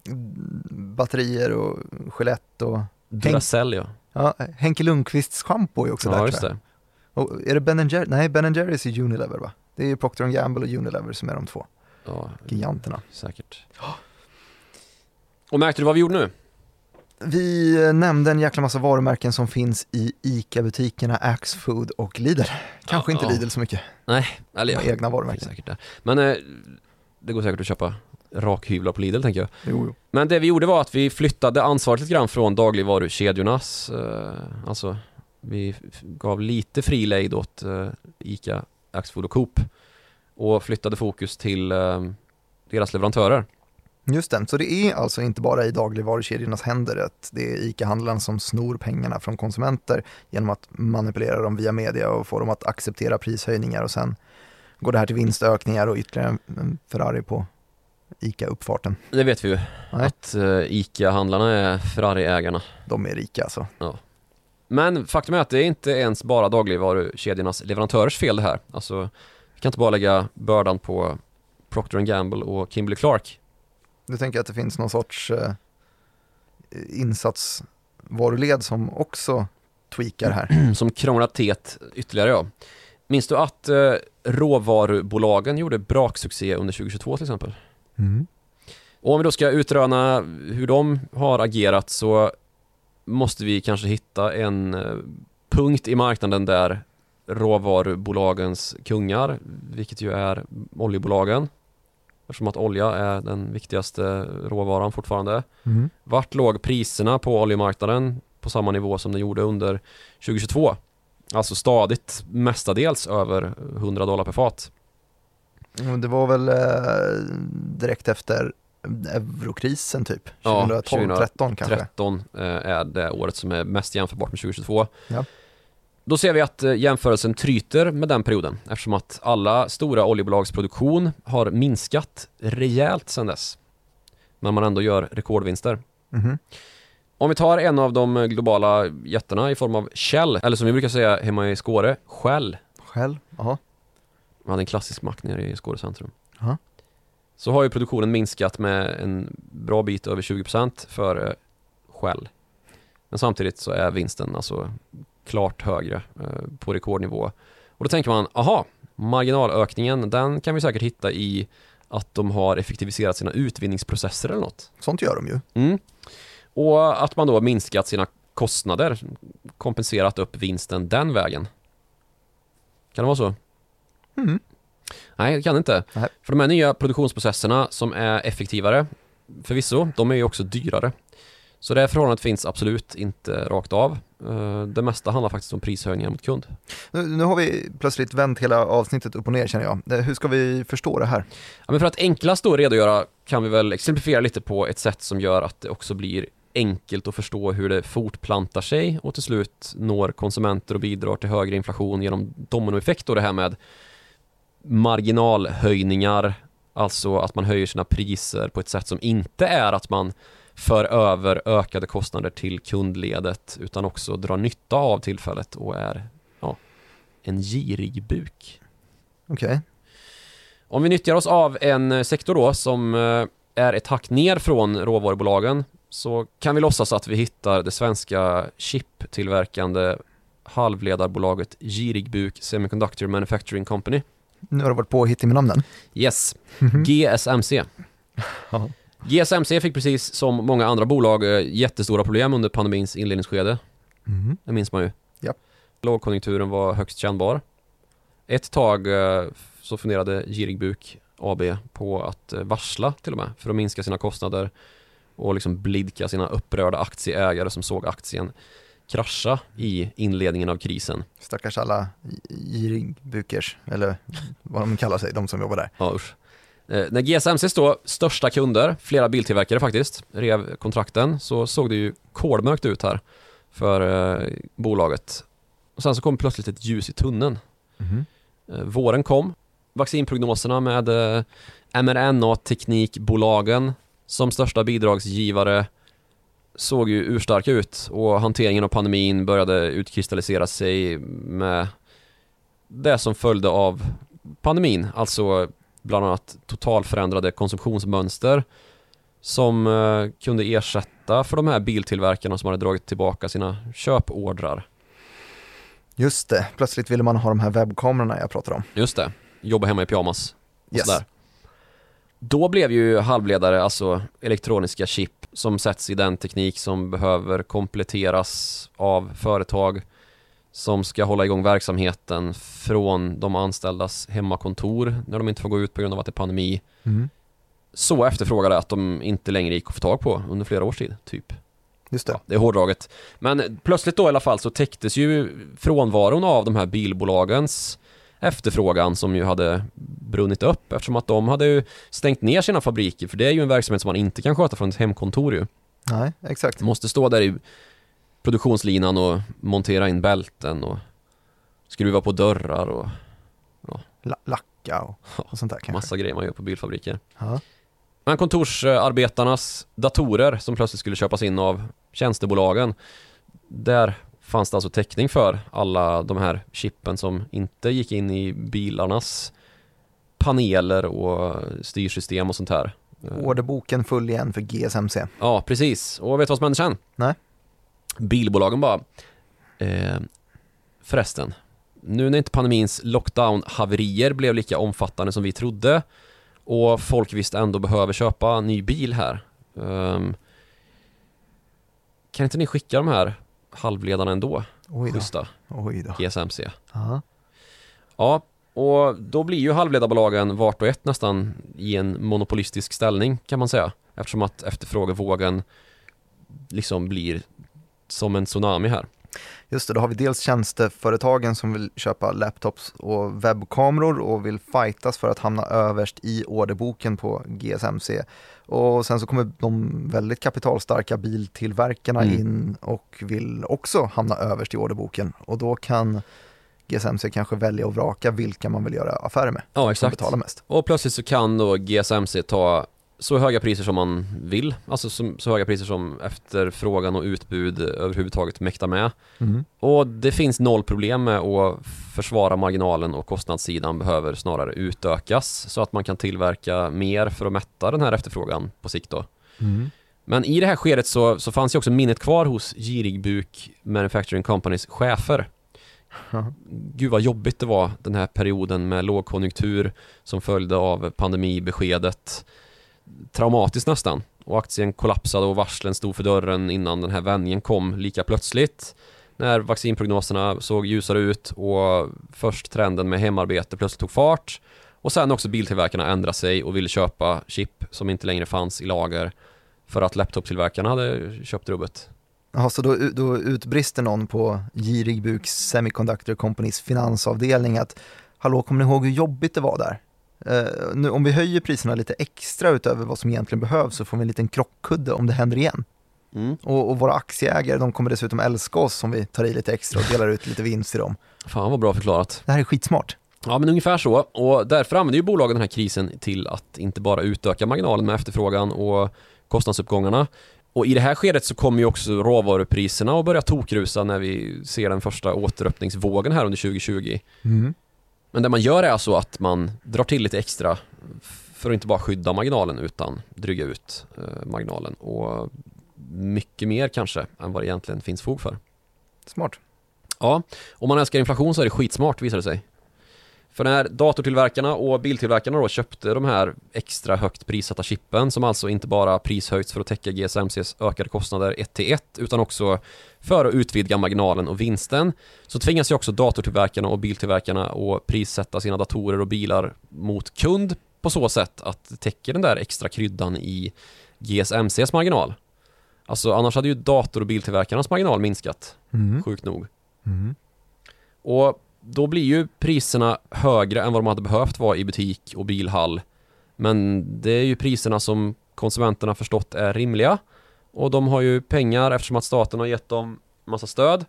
Batterier och Gillette och Duracell, ja. Ja, Henke Lundqvists shampoo är också ja, där. Just det. Och är det Ben and Jerry? Nej, Ben and Jerry's är Unilever, va? Det är ju Procter and Gamble och Unilever som är de två ja, giganterna. Säkert. Och märkte du vad vi gjorde nu? Vi nämnde en jäkla massa varumärken som finns i ICA-butikerna Axfood och Lidl. Kanske ja, inte ja. Lidl så mycket. Nej, eller ja. Egna varumärken. Säkert det. Men eh, det går säkert att köpa rakhyvlar på Lidl, tänker jag. Jo, jo. Men det vi gjorde var att vi flyttade ansvaret lite grann från dagligvarukedjornas. Eh, alltså, vi gav lite fri lejd åt eh, ICA, Axfood och Coop och flyttade fokus till eh, deras leverantörer. Just det, så det är alltså inte bara i dagligvarukedjornas händer att det är ICA-handlaren som snor pengarna från konsumenter genom att manipulera dem via media och få dem att acceptera prishöjningar och sen går det här till vinstökningar och ytterligare en Ferrari på ICA-uppfarten? Det vet vi ju. Nej. Att uh, ICA-handlarna är Ferrari-ägarna. De är rika alltså. Ja. Men faktum är att det är inte ens bara dagligvarukedjornas leverantörers fel det här. Alltså, vi kan inte bara lägga bördan på Procter and Gamble och Kimberly-Clark. Du tänker att det finns någon sorts eh, insatsvaruled som också tweakar här? Som krånglar tet ytterligare, ja. Minns du att eh, råvarubolagen gjorde braksuccé under tjugohundratjugotvå till exempel? Mm. Och om vi då ska utröna hur de har agerat så måste vi kanske hitta en eh, punkt i marknaden där råvarubolagens kungar, vilket ju är oljebolagen, eftersom att olja är den viktigaste råvaran fortfarande. Mm. Vart låg priserna på oljemarknaden på samma nivå som det gjorde under tjugohundratjugotvå? Alltså stadigt mestadels över hundra dollar per fat. Det var väl eh, direkt efter eurokrisen typ, tjugohundratolv tretton kanske. tretton eh, är det året som är mest jämförbart med tjugohundratjugotvå. Ja. Då ser vi att eh, jämförelsen tryter med den perioden eftersom att alla stora oljebolags produktion har minskat rejält sedan dess. Men man ändå gör rekordvinster. Mm-hmm. Om vi tar en av de globala jättarna i form av Shell, eller som vi brukar säga hemma i Skåre, Shell. Shell, ja. Man hade en klassisk mack nere i Skåre centrum. Aha. Så har ju produktionen minskat med en bra bit över tjugo procent för Shell. Men samtidigt så är vinsten alltså klart högre eh, på rekordnivå. Och då tänker man, aha, marginalökningen, den kan vi säkert hitta i att de har effektiviserat sina utvinningsprocesser eller något. Sånt gör de ju. Mm. Och att man då har minskat sina kostnader, kompenserat upp vinsten den vägen. Kan det vara så? Mm. Nej, det kan det inte. Nej. För de här nya produktionsprocesserna som är effektivare, förvisso, de är ju också dyrare. Så det här förhållandet finns absolut inte rakt av. Det mesta handlar faktiskt om prishöjningar mot kund. Nu, nu har vi plötsligt vänt hela avsnittet upp och ner känner jag. Hur ska vi förstå det här? Ja, men för att enklast då redogöra kan vi väl exemplifiera lite på ett sätt som gör att det också blir enkelt att förstå hur det fortplantar sig och till slut når konsumenter och bidrar till högre inflation genom dominoeffekt och det här med marginalhöjningar, alltså att man höjer sina priser på ett sätt som inte är att man för över ökade kostnader till kundledet utan också drar nytta av tillfället och är ja, en girig buk. Okej. Okay. Om vi nyttjar oss av en sektor då som är ett hack ner från råvarubolagen så kan vi låtsas att vi hittar det svenska chip-tillverkande halvledarbolaget Girigbuk Semiconductor Manufacturing Company. Nu har du varit på hit med namnen. Yes, G S M C. G S M C fick precis som många andra bolag jättestora problem under pandemins inledningsskede. Mm. Det minns man ju. Ja. Lågkonjunkturen var högst kännbar. Ett tag så funderade Girigbuk A B på att varsla till och med för att minska sina kostnader och liksom blidka sina upprörda aktieägare som såg aktien krascha i inledningen av krisen. Stackars alla girigbukers, eller vad de kallar sig, de som jobbar där. Ja, usch. Eh, när G S M C:s då största kunder, flera biltillverkare faktiskt, rev kontrakten så såg det ju kolmörkt ut här för eh, bolaget. Och sen så kom plötsligt ett ljus i tunneln. Mm. Eh, våren kom. Vaccinprognoserna med eh, mRNA-teknikbolagen som största bidragsgivare såg ju urstarka ut och hanteringen av pandemin började utkristallisera sig med det som följde av pandemin, alltså bland annat totalförändrade konsumtionsmönster som eh, kunde ersätta för de här biltillverkarna som hade dragit tillbaka sina köpordrar. Just det, plötsligt ville man ha de här webbkamerorna jag pratar om. Just det, jobba hemma i pyjamas och yes. sådär. Då blev ju halvledare, alltså elektroniska chip som sätts i den teknik som behöver kompletteras av företag som ska hålla igång verksamheten från de anställdas hemmakontor när de inte får gå ut på grund av att det är pandemi. Mm. Så efterfrågade att de inte längre gick att få tag på under flera års tid, typ. Just det. Ja, det är hårdraget. Men plötsligt då i alla fall så täcktes ju frånvaron av de här bilbolagens efterfrågan som ju hade brunnit upp eftersom att de hade ju stängt ner sina fabriker, för det är ju en verksamhet som man inte kan sköta från ett hemkontor ju. Nej, exakt. Man måste stå där i produktionslinan och montera in bälten och skruva på dörrar och ja. Lacka mocka och, och sånt där kanske. Massa grejer man gör på bilfabriker. Ja. Men kontorsarbetarnas datorer som plötsligt skulle köpas in av tjänstebolagen, där fanns det alltså täckning för alla de här chippen som inte gick in i bilarnas paneler och styrsystem och sånt här. Orderboken full igen för G S M C. Ja, precis. Och vet du vad som hände sen? Nej. Bilbolagen bara eh, förresten, nu när inte pandemins lockdown-haverier blev lika omfattande som vi trodde och folk visst ändå behöver köpa ny bil här, um, kan inte ni skicka de här halvledarna ändå? Oj då. Schyssta. Oj då. G S M C. Aha. Ja, och då blir ju halvledarbolagen vart och ett nästan i en monopolistisk ställning kan man säga, eftersom att efterfrågevågen liksom blir som en tsunami här. Just det, då har vi dels tjänsteföretagen som vill köpa laptops och webbkameror och vill fightas för att hamna överst i orderboken på G S M C. Och sen så kommer de väldigt kapitalstarka biltillverkarna mm. in och vill också hamna överst i orderboken. Och då kan G S M C kanske välja att vraka vilka man vill göra affärer med. Ja, exakt. Betala mest. Och plötsligt så kan då G S M C ta så höga priser som man vill. Alltså så, så höga priser som efterfrågan och utbud överhuvudtaget mäktar med. Mm. Och det finns noll problem med att försvara marginalen, och kostnadssidan behöver snarare utökas så att man kan tillverka mer för att mätta den här efterfrågan på sikt då. Mm. Men i det här skedet så, så fanns ju också minnet kvar hos Girigbuk Manufacturing Companys chefer. Mm. Gud vad jobbigt det var den här perioden med lågkonjunktur som följde av pandemibeskedet. Traumatiskt nästan, och aktien kollapsade och varslen stod för dörren innan den här vändningen kom lika plötsligt när vaccinprognoserna såg ljusare ut och först trenden med hemarbete plötsligt tog fart, och sen också biltillverkarna ändrade sig och ville köpa chip som inte längre fanns i lager för att laptoptillverkarna hade köpt rubbet. Ja, så då, då utbrister någon på Girigbuk Semiconductor Companys finansavdelning att hallå, kommer ni ihåg hur jobbigt det var där? Uh, nu, om vi höjer priserna lite extra utöver vad som egentligen behövs så får vi en liten krockkudde om det händer igen. Mm. Och, och våra aktieägare, de kommer dessutom älska oss om vi tar i lite extra och delar ut lite vinst till dem. Fan vad bra förklarat. Det här är skitsmart. Ja, men ungefär så. Och därför använder ju bolagen den här krisen till att inte bara utöka marginalen med efterfrågan och kostnadsuppgångarna. Och i det här skedet så kommer ju också råvarupriserna att börja tokrusa när vi ser den första återöppningsvågen här under tjugo tjugo. Mm. Men det man gör är alltså att man drar till lite extra för att inte bara skydda marginalen utan dryga ut eh, marginalen. Och mycket mer kanske än vad det egentligen finns fog för. Smart. Ja, om man älskar inflation så är det skitsmart, visar det sig. För när datortillverkarna och biltillverkarna då köpte de här extra högt prissatta chippen, som alltså inte bara prishöjts för att täcka G S M C:s ökade kostnader ett till ett utan också för att utvidga marginalen och vinsten, så tvingas ju också datortillverkarna och biltillverkarna att prissätta sina datorer och bilar mot kund på så sätt att det täcker den där extra kryddan i G S M C:s marginal. Alltså annars hade ju dator- och biltillverkarnas marginal minskat, mm. sjukt nog. Mm. Och då blir ju priserna högre än vad de hade behövt vara i butik och bilhall. Men det är ju priserna som konsumenterna förstått är rimliga. Och de har ju pengar eftersom att staten har gett dem massa stöd.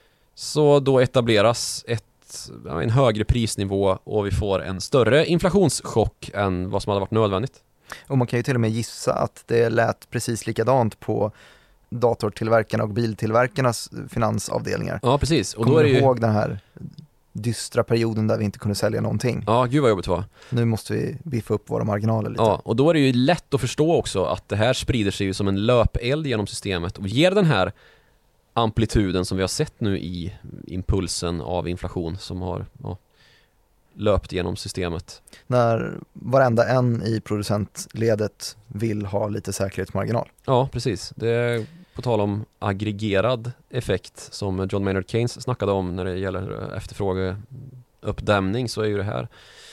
Så då etableras ett, en högre prisnivå och vi får en större inflationschock än vad som hade varit nödvändigt. Och man kan ju till och med gissa att det lät precis likadant på datortillverkarna och biltillverkarnas finansavdelningar. Ja, precis. Och Kommer då är det du ju... ihåg den här dystra perioden där vi inte kunde sälja någonting? Ja, gud vad jobbigt det var. Nu måste vi biffa upp våra marginaler lite. Ja, och då är det ju lätt att förstå också att det här sprider sig ju som en löpeld genom systemet och ger den här amplituden som vi har sett nu i impulsen av inflation som har ja, löpt genom systemet. När varenda en i producentledet vill ha lite säkerhetsmarginal. Ja, precis. Det är på tal om aggregerad effekt som John Maynard Keynes snackade om när det gäller efterfrågeuppdämning, så är ju det här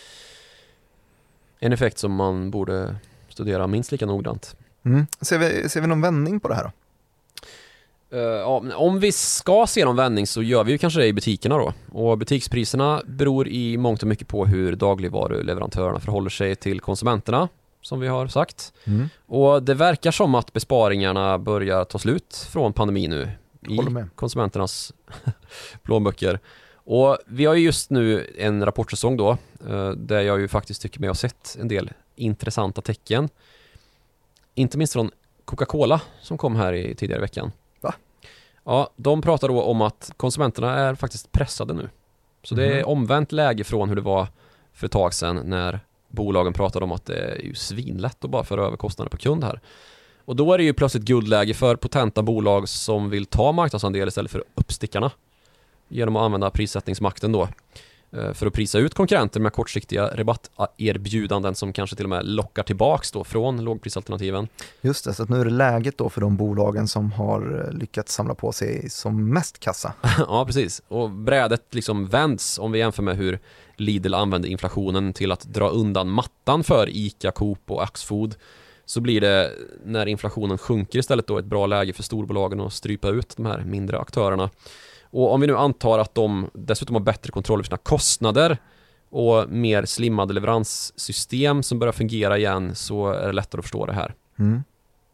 en effekt som man borde studera minst lika noggrant. Mm. Ser vi, ser vi någon vändning på det här då? Uh, ja, om vi ska se någon vändning så gör vi ju kanske det i butikerna då. Och butikspriserna beror i mångt och mycket på hur dagligvaruleverantörerna förhåller sig till konsumenterna, som vi har sagt. Mm. Och det verkar som att besparingarna börjar ta slut från pandemin nu i konsumenternas plånböcker. Och vi har ju just nu en rapportsäsong då, där jag ju faktiskt tycker mig ha sett en del intressanta tecken. Inte minst från Coca-Cola som kom här i tidigare i veckan. Va? Ja, de pratar då om att konsumenterna är faktiskt pressade nu. Så det är omvänt läge från hur det var för ett tag sedan när bolagen pratade om att det är ju svinlätt att bara föra över kostnader på kund här. Och då är det ju plötsligt guldläge för potenta bolag som vill ta marknadsandel istället för uppstickarna. Genom att använda prissättningsmakten då. För att prisa ut konkurrenter med kortsiktiga rabatterbjudanden som kanske till och med lockar tillbaks då från lågprisalternativen. Just det, så att nu är det läget då för de bolagen som har lyckats samla på sig som mest kassa. Ja, precis. Och brädet liksom vänds om vi jämför med hur Lidl använder inflationen till att dra undan mattan för ICA, Coop och Axfood. Så blir det när inflationen sjunker istället då ett bra läge för storbolagen att strypa ut de här mindre aktörerna. Och om vi nu antar att de dessutom har bättre kontroll över sina kostnader och mer slimmade leveranssystem som börjar fungera igen, så är det lättare att förstå det här. Mm.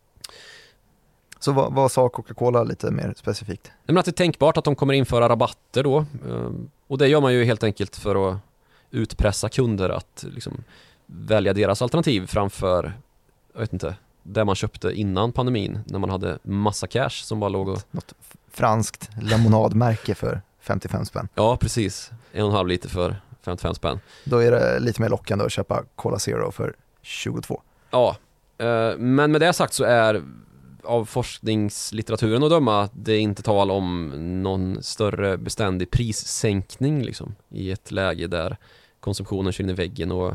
Så vad, vad sa Coca-Cola lite mer specifikt? Men att det är tänkbart att de kommer införa rabatter då. Och det gör man ju helt enkelt för att utpressa kunder att liksom välja deras alternativ framför, jag vet inte, där man köpte innan pandemin när man hade massa cash som bara låg och... Något franskt lemonadmärke för femtiofem spänn. Ja, precis. En och en halv liter för femtiofem spänn. Då är det lite mer lockande att köpa Cola Zero för tjugotvå. Ja, men med det sagt så är av forskningslitteraturen att döma det är inte tal om någon större beständig prissänkning liksom, i ett läge där konsumtionen kör in i väggen och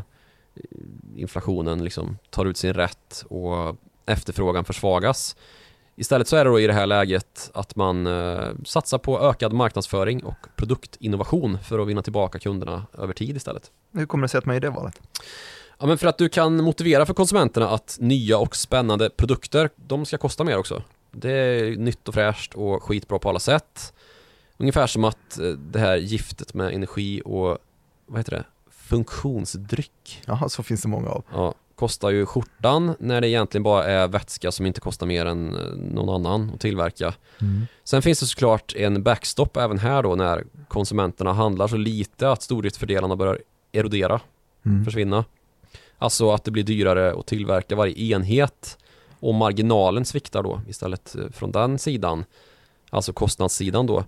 inflationen liksom tar ut sin rätt och efterfrågan försvagas. Istället så är det då i det här läget att man eh, satsar på ökad marknadsföring och produktinnovation för att vinna tillbaka kunderna över tid istället. Hur kommer det sig att man gör det valet? Ja, men för att du kan motivera för konsumenterna att nya och spännande produkter, de ska kosta mer också. Det är nytt och fräscht och skitbra på alla sätt. Ungefär som att eh, det här giftet med energi och, vad heter det? Funktionsdryck. Jaha, så finns det många av. Ja, kostar ju skjortan när det egentligen bara är vätska som inte kostar mer än någon annan att tillverka. Mm. Sen finns det såklart en backstop även här då när konsumenterna handlar så lite att stordriftsfördelarna börjar erodera, mm. försvinna. Alltså att det blir dyrare att tillverka varje enhet och marginalen sviktar då istället från den sidan, alltså kostnadssidan då.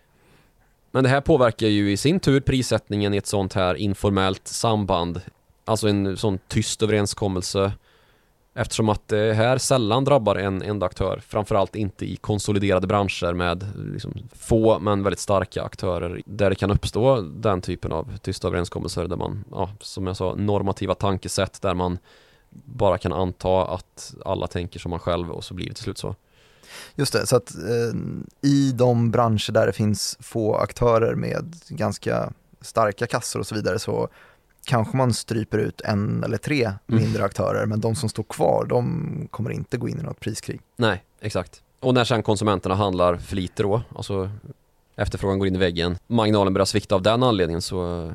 Men det här påverkar ju i sin tur prissättningen i ett sånt här informellt samband. Alltså en sån tyst överenskommelse. Eftersom att det här sällan drabbar en enda aktör. Framförallt inte i konsoliderade branscher med liksom få men väldigt starka aktörer. Där det kan uppstå den typen av tysta överenskommelser. Där man, ja, som jag sa, normativa tankesätt. Där man bara kan anta att alla tänker som man själv och så blir det till slut så. Just det, så att eh, i de branscher där det finns få aktörer med ganska starka kassor och så vidare så kanske man stryper ut en eller tre mindre mm. aktörer, men de som står kvar, de kommer inte gå in i något priskrig. Nej, exakt. Och när sen konsumenterna handlar för lite då, alltså efterfrågan går in i väggen, marginalen börjar svikta av den anledningen, så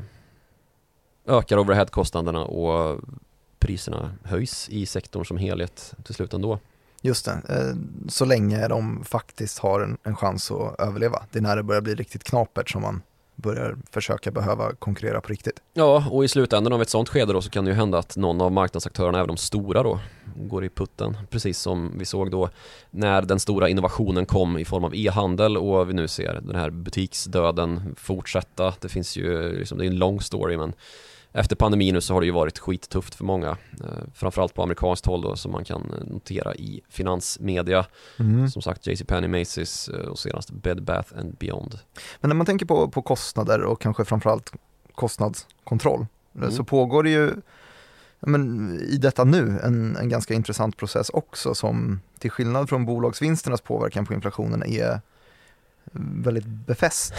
ökar overheadkostnaderna och priserna höjs i sektorn som helhet till slut ändå. Just det, så länge de faktiskt har en, en chans att överleva. Det är när det börjar bli riktigt knapert som man börjar försöka behöva konkurrera på riktigt. Ja, och i slutändan av ett sånt skede då så kan det ju hända att någon av marknadsaktörerna, även de stora då, går i putten. Precis som vi såg då när den stora innovationen kom i form av e-handel och vi nu ser den här butiksdöden fortsätta. Det finns ju, liksom, det är en lång story, men efter pandemin nu så har det ju varit skittufft för många. Eh, framförallt på amerikanskt håll då, som man kan notera i finansmedia. Mm. Som sagt, J C Penney, Macy's och senast Bed Bath and Beyond. Men när man tänker på, på kostnader och kanske framförallt kostnadskontroll mm. så pågår det ju men, i detta nu en, en ganska intressant process också som till skillnad från bolagsvinsternas påverkan på inflationen är väldigt befäst.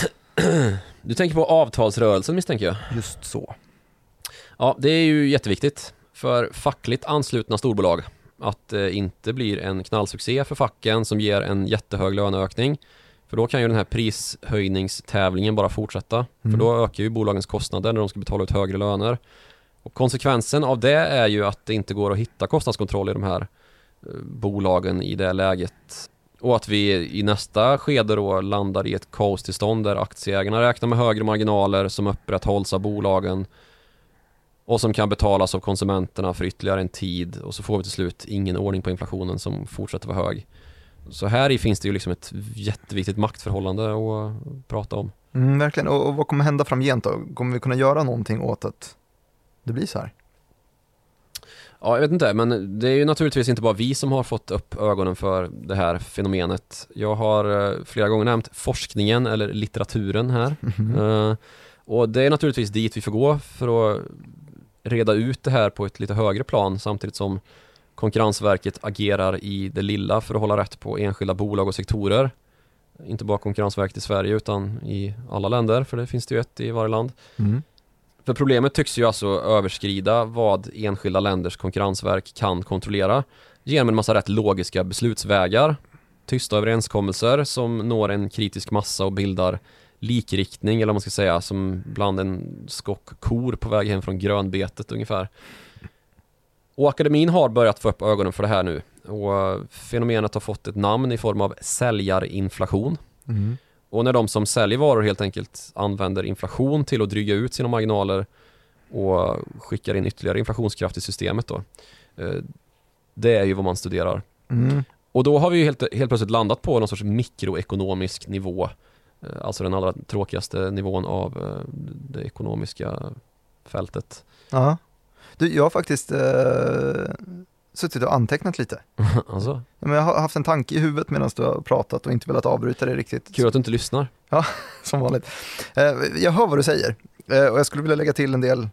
Du tänker på avtalsrörelsen misstänker jag? Just så. Ja, det är ju jätteviktigt för fackligt anslutna storbolag att det inte blir en knallsuccé för facken som ger en jättehög löneökning. För då kan ju den här prishöjningstävlingen bara fortsätta. Mm. För då ökar ju bolagens kostnader när de ska betala ut högre löner. Och konsekvensen av det är ju att det inte går att hitta kostnadskontroll i de här bolagen i det läget. Och att vi i nästa skede då landar i ett kaostillstånd där aktieägarna räknar med högre marginaler som upprätthålls av bolagen och som kan betalas av konsumenterna för ytterligare en tid, och så får vi till slut ingen ordning på inflationen som fortsätter vara hög. Så här i finns det ju liksom ett jätteviktigt maktförhållande att prata om. Mm, verkligen. Och, och vad kommer hända framgent då? Kommer vi kunna göra någonting åt att det blir så här? Ja, jag vet inte, men det är ju naturligtvis inte bara vi som har fått upp ögonen för det här fenomenet. Jag har flera gånger nämnt forskningen eller litteraturen här. Mm. Uh, och det är naturligtvis dit vi får gå för att reda ut det här på ett lite högre plan, samtidigt som Konkurrensverket agerar i det lilla för att hålla rätt på enskilda bolag och sektorer. Inte bara Konkurrensverket i Sverige utan i alla länder, för det finns det ju ett i varje land. Mm. För problemet tycks ju alltså överskrida vad enskilda länders konkurrensverk kan kontrollera genom en massa rätt logiska beslutsvägar. Tysta överenskommelser som når en kritisk massa och bildar likriktning, eller vad man ska säga, som bland en skock kor på väg hem från grönbetet ungefär. Och akademin har börjat få upp ögonen för det här nu. Och fenomenet har fått ett namn i form av säljarinflation. Mm. Och när de som säljer varor helt enkelt använder inflation till att dryga ut sina marginaler och skickar in ytterligare inflationskraft i systemet då. Det är ju vad man studerar. Mm. Och då har vi ju helt, helt plötsligt landat på någon sorts mikroekonomisk nivå. Alltså den allra tråkigaste nivån av det ekonomiska fältet. Ja. Du, jag har faktiskt eh, suttit och antecknat lite. Alltså. Ja, men jag har haft en tanke i huvudet medan du har pratat och inte velat avbryta det riktigt. Kul att du inte lyssnar. Ja, som vanligt. Eh, jag hör vad du säger. Eh, och jag skulle vilja lägga till en del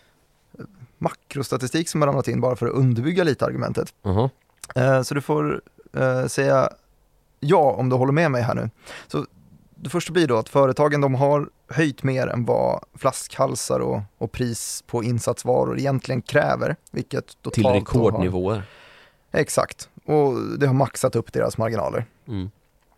makrostatistik som har ramlat in bara för att underbygga lite argumentet. Uh-huh. Eh, så du får eh, säga ja om du håller med mig här nu. Så det första blir då att företagen, de har höjt mer än vad flaskhalsar och, och pris på insatsvaror egentligen kräver. Vilket totalt till rekordnivåer. Har, exakt. Och det har maxat upp deras marginaler. Mm.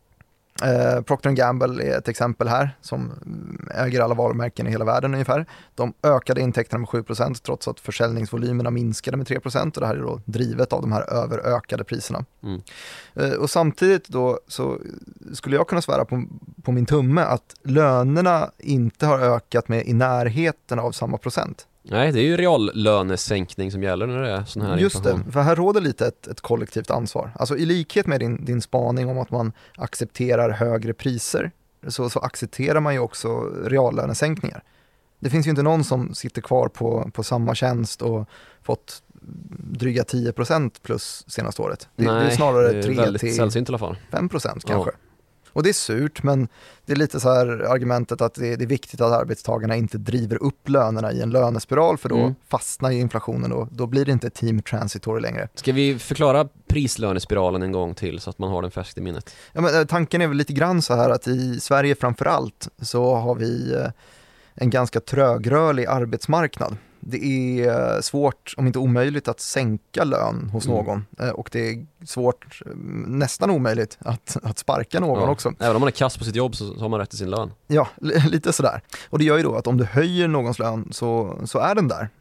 Eh, Procter and Gamble är ett exempel här som äger alla varumärken i hela världen ungefär. De ökade intäkterna med sju procent trots att försäljningsvolymerna minskade med tre procent, och det här är då drivet av de här överökade priserna. Mm. Eh, och samtidigt då så skulle jag kunna svära på, på min tumme att lönerna inte har ökat med i närheten av samma procent. Nej, det är ju reallönesänkning som gäller när det är sån här Just inflation. det, för här råder lite ett, ett kollektivt ansvar. Alltså i likhet med din, din spaning om att man accepterar högre priser så, så accepterar man ju också reallönesänkningar. Det finns ju inte någon som sitter kvar på, på samma tjänst och fått dryga tio procent plus senaste året. Det, Nej, det är snarare det är tre till fem procent kanske. Ja. Och det är surt, men det är lite så här argumentet att det är, det är viktigt att arbetstagarna inte driver upp lönerna i en lönespiral, för då mm. fastnar ju inflationen och då blir det inte team transitory längre. Ska vi förklara prislönespiralen en gång till så att man har den färskt i minnet? Ja, men tanken är väl lite grann så här att i Sverige framförallt så har vi en ganska trögrörlig arbetsmarknad. Det är svårt, om inte omöjligt, att sänka lön hos någon. Mm. Och det är svårt, nästan omöjligt, att, att sparka någon ja. också. Även om man är kass på sitt jobb så har man rätt till sin lön. Ja, lite sådär. Och det gör ju då att om du höjer någons lön så, så är den där.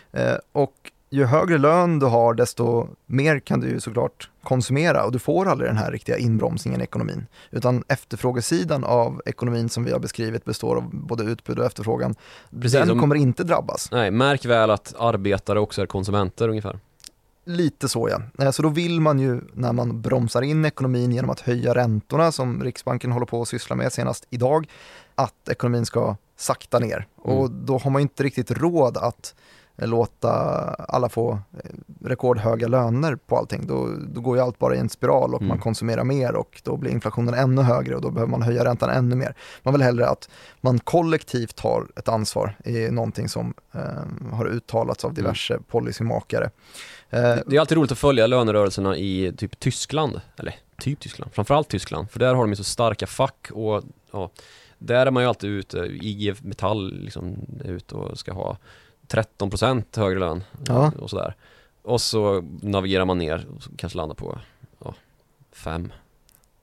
Och ju högre lön du har, desto mer kan du ju såklart konsumera, och du får aldrig den här riktiga inbromsningen i ekonomin. Utan efterfrågesidan av ekonomin som vi har beskrivit består av både utbud och efterfrågan. Precis, den som, kommer inte drabbas. Nej, märk väl att arbetare också är konsumenter ungefär. Lite så ja. Så då vill man ju, när man bromsar in ekonomin genom att höja räntorna, som Riksbanken håller på att syssla med senast idag, att ekonomin ska sakta ner. Mm. Och då har man inte riktigt råd att låta alla få rekordhöga löner på allting. Då, då går ju allt bara i en spiral och mm. man konsumerar mer, och då blir inflationen ännu högre och då behöver man höja räntan ännu mer. Man vill hellre att man kollektivt tar ett ansvar i någonting som eh, har uttalats av diverse mm. policymakare. Eh, det är alltid roligt att följa lönerörelserna i typ Tyskland, eller typ Tyskland, framförallt Tyskland, för där har de ju så starka fack, och ja, där är man ju alltid ute, I G F Metall liksom är ute och ska ha tretton procent högre lön ja. och sådär. Och så navigerar man ner och kanske landar på ja, fem.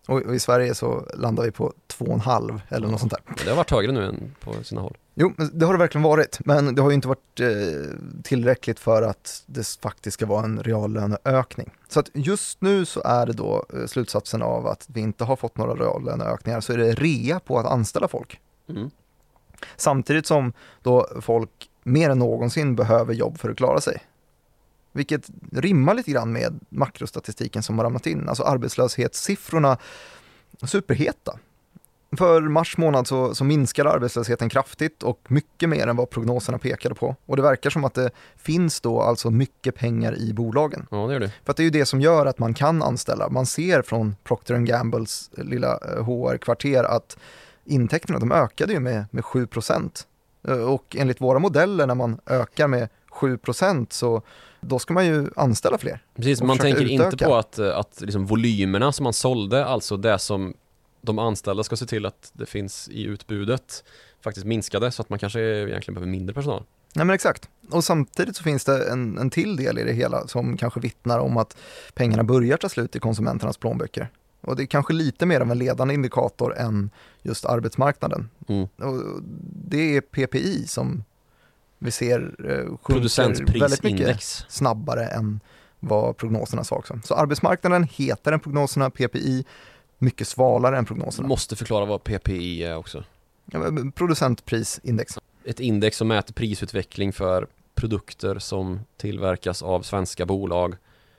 Och, och i Sverige så landar vi på två och en halv eller något sånt där. Det har varit högre nu än på sina håll. Jo, det har det verkligen varit, men det har ju inte varit eh, tillräckligt för att det faktiskt ska vara en reallöneökning. Så att just nu så är det då eh, slutsatsen av att vi inte har fått några reallöneökningar, så är det rea på att anställa folk. Mm. Samtidigt som då folk mer än någonsin behöver jobb för att klara sig. Vilket rimmar lite grann med makrostatistiken som har ramlat in. Alltså arbetslöshetssiffrorna superheta. För mars månad så, så minskade arbetslösheten kraftigt och mycket mer än vad prognoserna pekade på. Och det verkar som att det finns då alltså mycket pengar i bolagen. Ja, det gör det. För att det är ju det som gör att man kan anställa. Man ser från Procter and Gambles lilla H R-kvarter att intäkterna de ökade ju med, med sju procent. Och enligt våra modeller när man ökar med sju procent så då ska man ju anställa fler. Precis, man tänker utöka. Inte på att, att liksom volymerna som man sålde, alltså det som de anställda ska se till att det finns i utbudet, faktiskt minskade så att man kanske egentligen behöver mindre personal. Nej men exakt. Och samtidigt så finns det en, en till del i det hela som kanske vittnar om att pengarna börjar ta slut i konsumenternas plånböcker. Och det är kanske lite mer av en ledande indikator än just arbetsmarknaden. Mm. Och det är P P I som vi ser eh, sjunker väldigt mycket snabbare än vad prognoserna sa också. Så arbetsmarknaden heter än prognoserna, P P I mycket svalare än prognoserna. Måste förklara vad P P I är också. Ja, producentprisindex. Ett index som mäter prisutveckling för produkter som tillverkas av svenska bolag.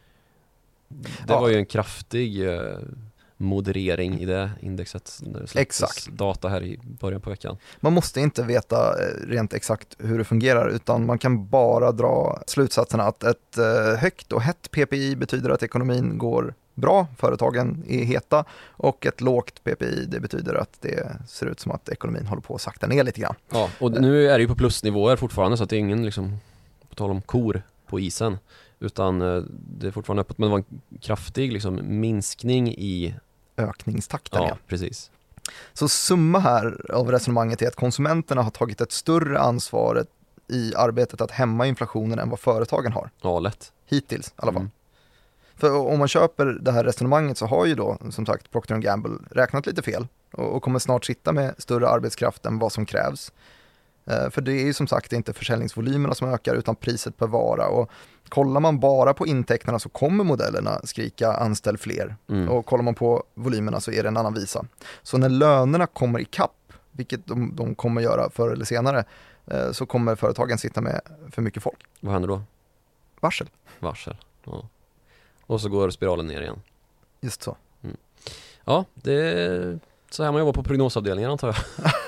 Det ja. var ju en kraftig eh, moderering i det indexet. Exakt. Data här i början på veckan. Man måste inte veta rent exakt hur det fungerar utan man kan bara dra slutsatserna att ett eh, högt och hett P P I betyder att ekonomin går bra, företagen är heta, och ett lågt P P I det betyder att det ser ut som att ekonomin håller på att sakta ner lite grann. Ja, och nu är det ju på plusnivåer fortfarande så att det är ingen liksom, på tal om kor på isen, utan det är fortfarande öppet, men det var en kraftig liksom, minskning i ökningstakten. Ja, ja, precis. Så summa här av resonemanget är att konsumenterna har tagit ett större ansvar i arbetet att hämma inflationen än vad företagen har. Ja, lätt. Hittills i alla fall. Mm. För om man köper det här resonemanget så har ju då som sagt Procter and Gamble räknat lite fel och, och kommer snart sitta med större arbetskraft än vad som krävs. Eh, för det är ju som sagt inte försäljningsvolymerna som ökar utan priset per vara, och kollar man bara på intäkterna så kommer modellerna skrika anställ fler mm. och kollar man på volymerna så är det en annan visa. Så när lönerna kommer i kapp, vilket de, de kommer göra förr eller senare, eh, så kommer företagen sitta med för mycket folk. Vad händer då? Varsel. Varsel, ja. Och så går spiralen ner igen. Just så. Mm. Ja, det är så här man jobbar på prognosavdelningen antar jag.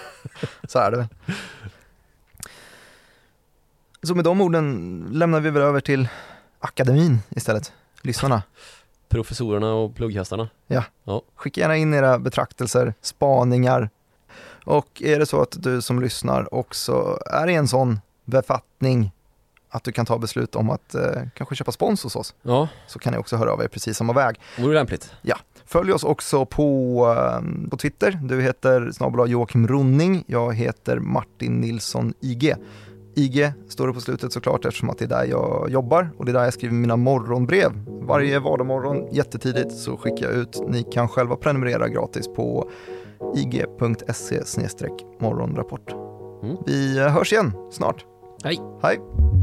Så är det väl. Så med de orden lämnar vi väl över till akademin istället. Lyssnarna. Professorerna och plugghästarna. Ja. ja. Skicka gärna in era betraktelser, spaningar. Och är det så att du som lyssnar också är i en sån befattning att du kan ta beslut om att eh, kanske köpa spons hos oss, ja. så kan ni också höra av er precis samma väg. Vore det lämpligt? Ja. Följ oss också på, eh, på Twitter. Du heter snabel-a Joakim Ronning. Jag heter Martin Nilsson I G. I G står det på slutet såklart eftersom att det är där jag jobbar och det är där jag skriver mina morgonbrev. Varje vardagsmorgon jättetidigt så skickar jag ut. Ni kan själva prenumerera gratis på i g punkt se slash morgonrapport. Mm. Vi hörs igen snart. Hej. Hej.